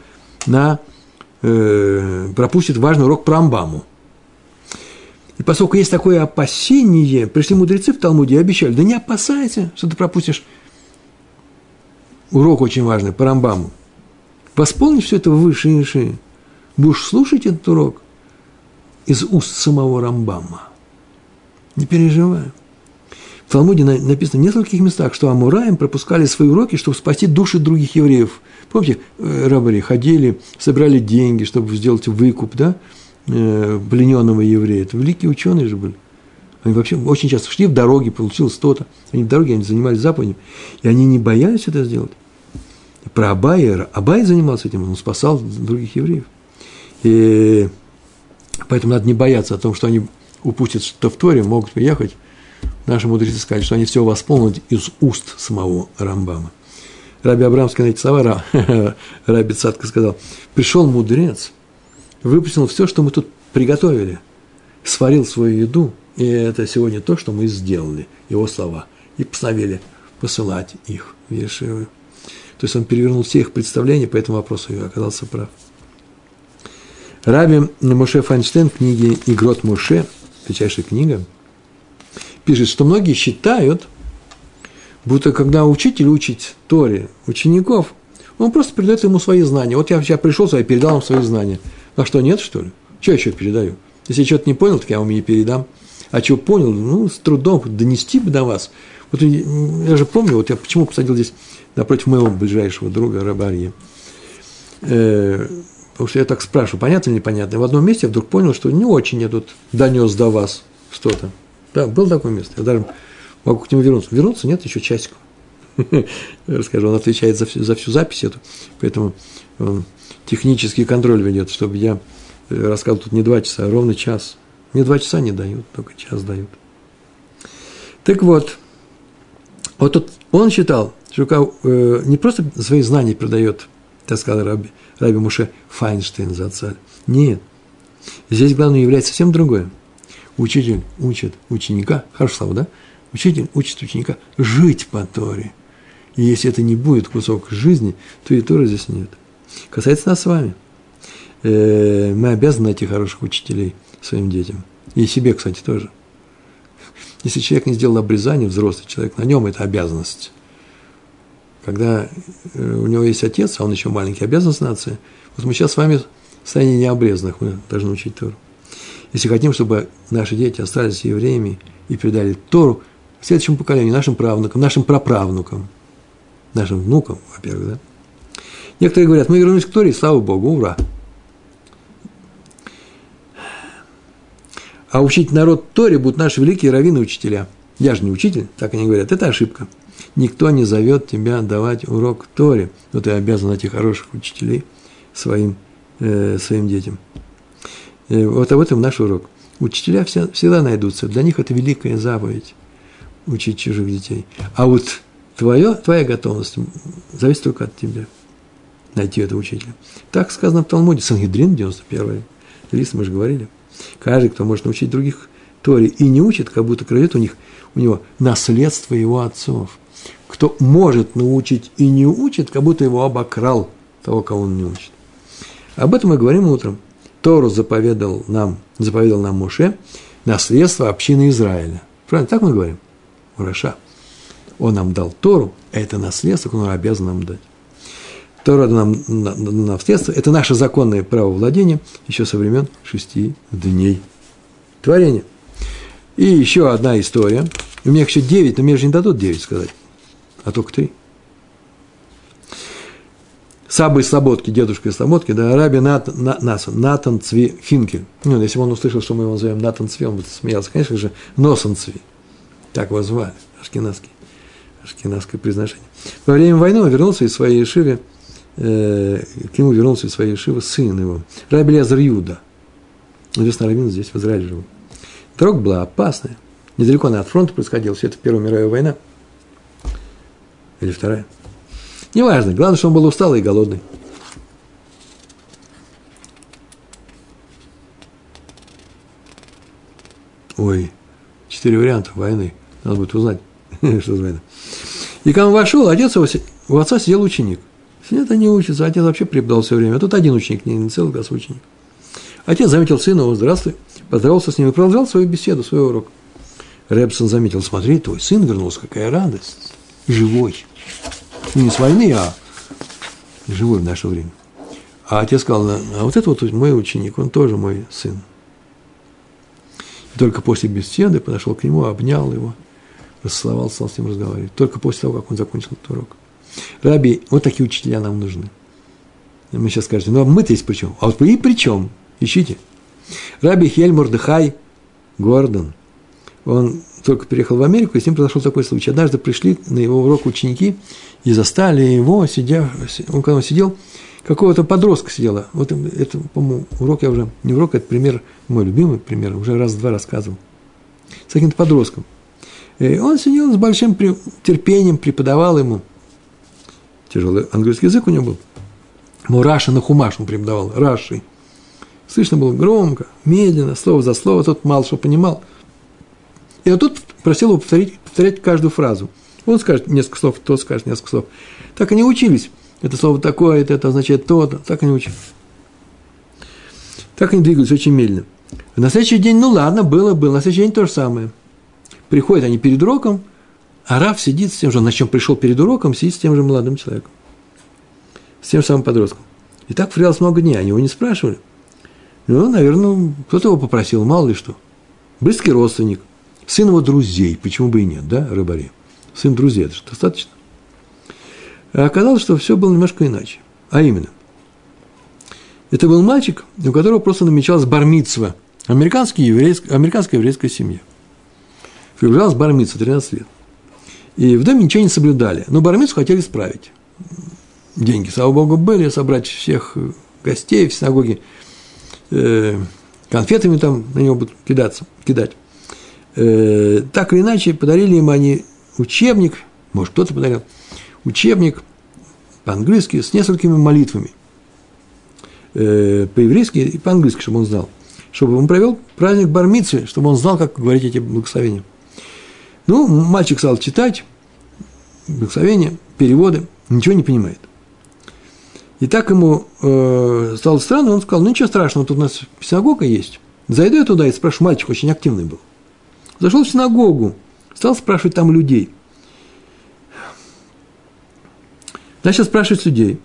пропустит важный урок про Рамбаму. И поскольку есть такое опасение, пришли мудрецы в Талмуде и обещали, да не опасайся, что ты пропустишь урок очень важный по Рамбаму. Восполнишь все это в высшей ешиве. Будешь слушать этот урок из уст самого Рамбама. Не переживай. В Талмуде написано в нескольких местах, что амураим пропускали свои уроки, чтобы спасти души других евреев. Помните, рабы ходили, собирали деньги, чтобы сделать выкуп, да, плененного еврея. Это великие ученые же были. Они вообще очень часто шли в дороге, получилось то-то. Они в дороге, они занимались заповедью. И они не боялись это сделать. И про Абай занимался этим, он спасал других евреев. И поэтому надо не бояться о том, что они упустят что-то в Торе, могут приехать. Наши мудрецы сказали, что они все восполнят из уст самого Рамбама. Раби Абрамский на эти слова, Раби Цатка сказал, пришел мудрец, выпустил все, что мы тут приготовили, сварил свою еду, и это сегодня то, что мы сделали, его слова, и постановили посылать их в ешивы. То есть он перевернул все их представления по этому вопросу и оказался прав. Раби Моше Файнштейн в книге «Игрот Моше», величайшая книга, пишет, что многие считают, будто когда учитель учит Торе учеников, он просто передает ему свои знания. Вот я пришел, я передал им свои знания. А что, нет, что ли? Что я еще передаю? Если я что-то не понял, так я вам и не передам. А что понял, с трудом донести бы до вас. Вот я же помню, вот я почему посадил здесь напротив моего ближайшего друга Рабарье. Потому что я так спрашиваю, понятно или непонятно. И в одном месте я вдруг понял, что не очень я тут донес до вас что-то. Да, было такое место. Я даже могу к нему вернуться. Вернуться нет, еще часик. Расскажу, он отвечает за всю запись эту. Поэтому он технический контроль ведет, чтобы я рассказывал тут не 2 часа, а ровно час. Мне 2 часа не дают, только час дают. Так вот тут он считал, что не просто свои знания продает, так сказал Раби Моше Файнштейн Зацаль. Нет. Здесь главное является совсем другое. Учитель учит ученика, хорошее слово, да? Учитель учит ученика жить по Торе. И если это не будет кусок жизни, то и Торы здесь нет. Касается нас с вами. Мы обязаны найти хороших учителей своим детям. И себе, кстати, тоже. Если человек не сделал обрезание, взрослый человек, на нем это обязанность. Когда у него есть отец, а он еще маленький, обязанность нации. Вот мы сейчас с вами в состоянии необрезанных, мы должны учить Тору. Если хотим, чтобы наши дети остались евреями и передали Тору следующему поколению, нашим правнукам, нашим праправнукам, нашим внукам, во-первых, да? Некоторые говорят, мы вернулись к Торе, слава Богу, ура. А учить народ Торе будут наши великие раввины учителя. Я же не учитель, так они говорят, это ошибка. Никто не зовет тебя давать урок Торе, но ты обязан найти хороших учителей своим детям. Вот об этом наш урок. Учителя всегда найдутся, для них это великая заповедь – учить чужих детей. А вот твоя готовность зависит только от тебя, найти этого учителя. Так сказано в Талмуде, Сангедрин, 91 лист, мы же говорили. Каждый, кто может научить других Торе и не учит, как будто крадет у него наследство его отцов. Кто может научить и не учит, как будто его обокрал того, кого он не учит. Об этом мы говорим утром. Тору заповедал нам Моше, наследство общины Израиля. Правильно, так мы говорим? Ураша. Он нам дал Тору, а это наследство, которое он обязан нам дать. Тора нам наследство, это наше законное право владения еще со времен 6 дней творения. И еще одна история. У меня еще 9, но мне же не дадут 9 сказать, а только 3. Саба из Слободки, дедушка из Слободки, да, раби Натан Цви Финкель. Ну, если бы он услышал, что мы его назовем Натан Цви, он бы смеялся, конечно же, Носан Цви. Так его звали, ашкеназское произношение. Во время войны он вернулся из своей ешивы, к нему вернулся из своей ешивы сын его, раби Элиэзер Юда. Известный раввин здесь, в Израиле жил. Дорога была опасная, недалеко она от фронта происходила, все это Первая мировая война, или Вторая. Неважно, главное, что он был усталый и голодный. Ой, 4 варианта войны. Надо будет узнать, что за война. И когда он вошел, у отца сидел ученик. Сидят они учатся, отец вообще преподавал все время. А тут один ученик, не целый класс ученик. Отец заметил сына, его, здравствуй, поздоровался с ним и продолжал свою беседу, свой урок. Рэбсон заметил, смотри, твой сын вернулся, какая радость, живой. Ну, не с войны, а живой в наше время. А отец сказал, а вот это вот мой ученик, он тоже мой сын. И только после беседы подошел к нему, обнял его, расцеловал, стал с ним разговаривать. Только после того, как он закончил этот урок. Раби, вот такие учителя нам нужны. И мы сейчас скажете, ну а мы-то есть при чем? А вот и при чем? Ищите. Раби Хель Мордехай Гордон, он только переехал в Америку, и с ним произошел такой случай. Однажды пришли на его урок ученики и застали его, он когда он сидел, какого-то подростка сидела. Вот это, по-моему, урок я уже, не урок, это пример, мой любимый пример, уже раз-два рассказывал. С каким-то подростком. И он сидел с большим терпением, преподавал ему. Тяжелый английский язык у него был. Ему Раши на Хумаш он преподавал, Раши. Слышно было громко, медленно, слово за слово, тот мало что понимал. И вот тут просил его повторять каждую фразу. Он скажет несколько слов, тот скажет несколько слов. Так они учились. Это слово такое, это означает то-то. Так они учились. Так они двигались очень медленно. На следующий день, ну ладно, было. На следующий день то же самое. Приходят они перед уроком, а Рав сидит с тем же, на чем пришел перед уроком, сидит с тем же молодым человеком. С тем же самым подростком. И так повторялось много дней, они его не спрашивали. Ну, наверное, кто-то его попросил, мало ли что. Близкий родственник. Сын его друзей, почему бы и нет, да, рыбари? Сын друзей, это же достаточно. А оказалось, что все было немножко иначе. А именно, это был мальчик, у которого просто намечалась бар-мицва. Американская еврейская семья. Приближалась бар-мицва, 13 лет. И в доме ничего не соблюдали. Но бар-мицву хотели исправить. Деньги, слава Богу, были, собрать всех гостей в синагоге, конфетами там на него будут кидать. Так или иначе, подарили им они учебник, может, кто-то подарил, учебник по-английски с несколькими молитвами, по-еврейски и по-английски, чтобы он знал, чтобы он провел праздник бар-мицвы, чтобы он знал, как говорить эти благословения. Ну, мальчик стал читать благословения, переводы, ничего не понимает. И так ему стало странно, он сказал, ну, ничего страшного, тут у нас синагога есть. Зайду я туда и спрошу, мальчик очень активный был. Зашел в синагогу, стал спрашивать там людей. Начал спрашивать людей.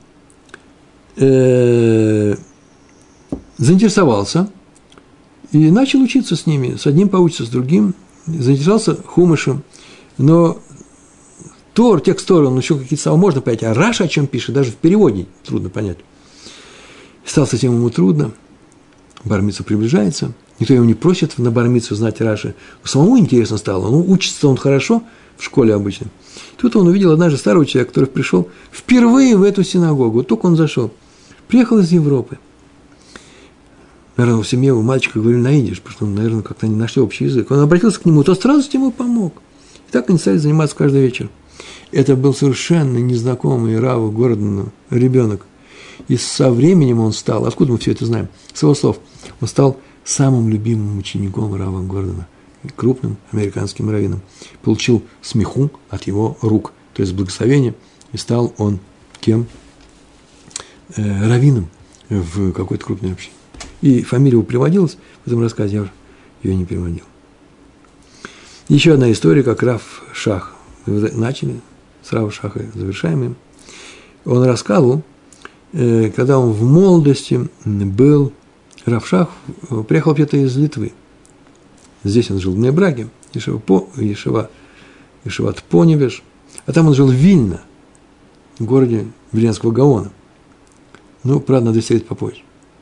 Заинтересовался и начал учиться с ними. С одним поучится, с другим. Заинтересовался хумышем. Но текст Торы, он еще какие-то слова можно понять. А Раша о чем пишет, даже в переводе трудно понять. Стало с этим ему трудно. Бар-мицва приближается. Никто его не просит на бар-мицву знать Раши. Самому интересно стало. Ну, учится он хорошо в школе обычно. Тут он увидел однажды старого человека, который пришел впервые в эту синагогу. Вот только он зашел. Приехал из Европы. Наверное, в семье у мальчика говорили на идиш, потому что, наверное, как-то они нашли общий язык. Он обратился к нему, тот сразу ему помог. И так они стали заниматься каждый вечер. Это был совершенно незнакомый Раву Гордону ребенок. И со временем он стал, откуда мы все это знаем? С его слов. Он стал самым любимым учеником Рава Гордона, крупным американским раввином. Получил смеху от его рук, то есть благословение, и стал он кем? Раввином в какой-то крупной общине. И фамилия его приводилась в этом рассказе, я ее не переводил. Еще одна история, как Рав Шах. Начали с Рава Шаха, завершаем им. Он рассказывал, когда он в молодости был, Рав Шах приехал где-то из Литвы. Здесь он жил в Нейбраге, Ешиват Поневеш, а там он жил в Вильно, в городе Виленского Гаона. Ну, правда, на 200 лет попозже.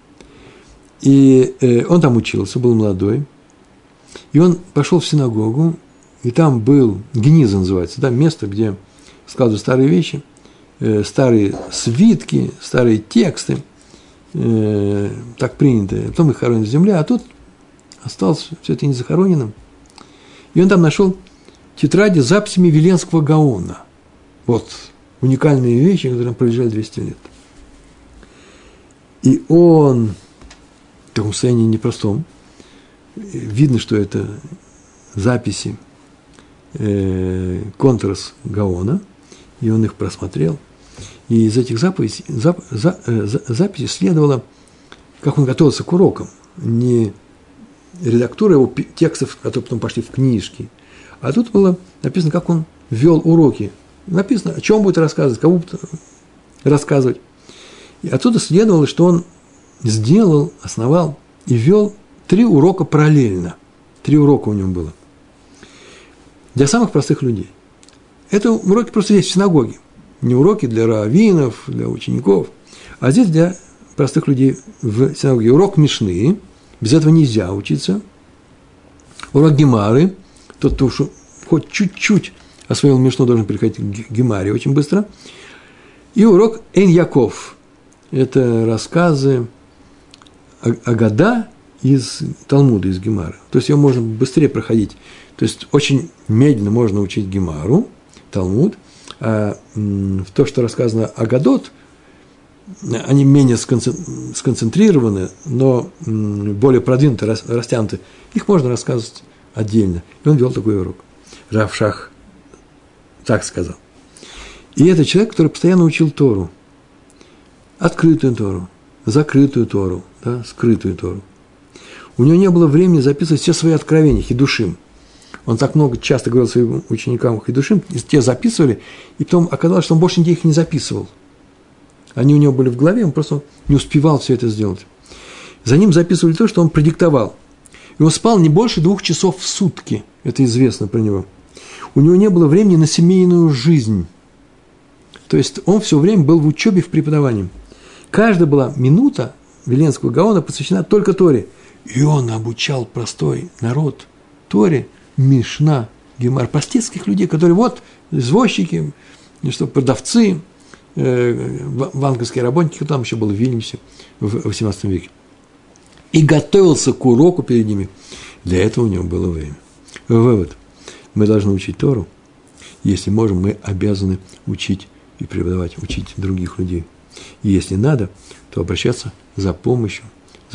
И он там учился, был молодой, и он пошел в синагогу, и там был, Гениза называется, да, место, где складывают старые вещи, старые свитки, старые тексты, так принято, потом их хоронят в земле, а тут осталось все это незахороненным. И он там нашел тетради с записями Виленского Гаона. Вот, уникальные вещи, которые пролежали 200 лет. И он в таком состоянии непростом, видно, что это записи Контрас Гаона, и он их просмотрел. И из этих записей следовало, как он готовился к урокам, не редактура его текстов, которые потом пошли в книжки, а тут было написано, как он вел уроки. Написано, о чем будет рассказывать, кому будет рассказывать. И отсюда следовало, что он сделал, основал и вел 3 урока параллельно. 3 урока у него было. Для самых простых людей. Это уроки просто есть в синагоге. Не уроки для раввинов, для учеников, а здесь для простых людей в синагоге. Урок Мишны, без этого нельзя учиться. Урок Гемары, тот, кто хоть чуть-чуть освоил Мишну, должен переходить к Гемаре очень быстро. И урок Эйн Яков. Это рассказы Агада из Талмуда, из Гемары. То есть его можно быстрее проходить. То есть очень медленно можно учить Гемару, Талмуд. А то, что рассказано Агадот, они менее сконцентрированы, но более продвинуты, растянуты. Их можно рассказывать отдельно. И он вел такой урок. Рав Шах так сказал. И это человек, который постоянно учил Тору. Открытую Тору, закрытую Тору, да, скрытую Тору. У него не было времени записывать все свои откровения, хидушим. Он так много часто говорил своим ученикам хидушим, те записывали, и потом оказалось, что он больше нигде их не записывал. Они у него были в голове, он просто не успевал все это сделать. За ним записывали то, что он продиктовал. И он спал не больше 2 часов в сутки, это известно про него. У него не было времени на семейную жизнь. То есть он все время был в учебе, в преподавании. Каждая была минута Виленского Гаона посвящена только Торе. И он обучал простой народ Торе, Мишна, Гемар, простецких людей, которые вот извозчики, продавцы, банковские работники, кто там еще был в Вильнюсе в XVIII веке. И готовился к уроку перед ними. Для этого у него было время. Вывод. Мы должны учить Тору. Если можем, мы обязаны учить и преподавать, учить других людей. И если надо, то обращаться за помощью,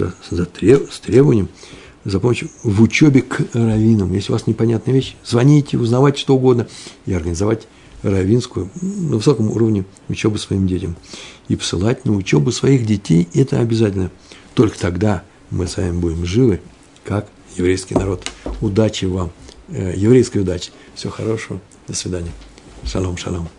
с требованием, за помощью в учебе к раввинам. Если у вас непонятная вещь, звоните, узнавайте что угодно и организовать раввинскую на высоком уровне учебу своим детям. И посылать на учебу своих детей – это обязательно. Только тогда мы с вами будем живы, как еврейский народ. Удачи вам еврейской удачи. Всего хорошего. До свидания. Шалом, шалом.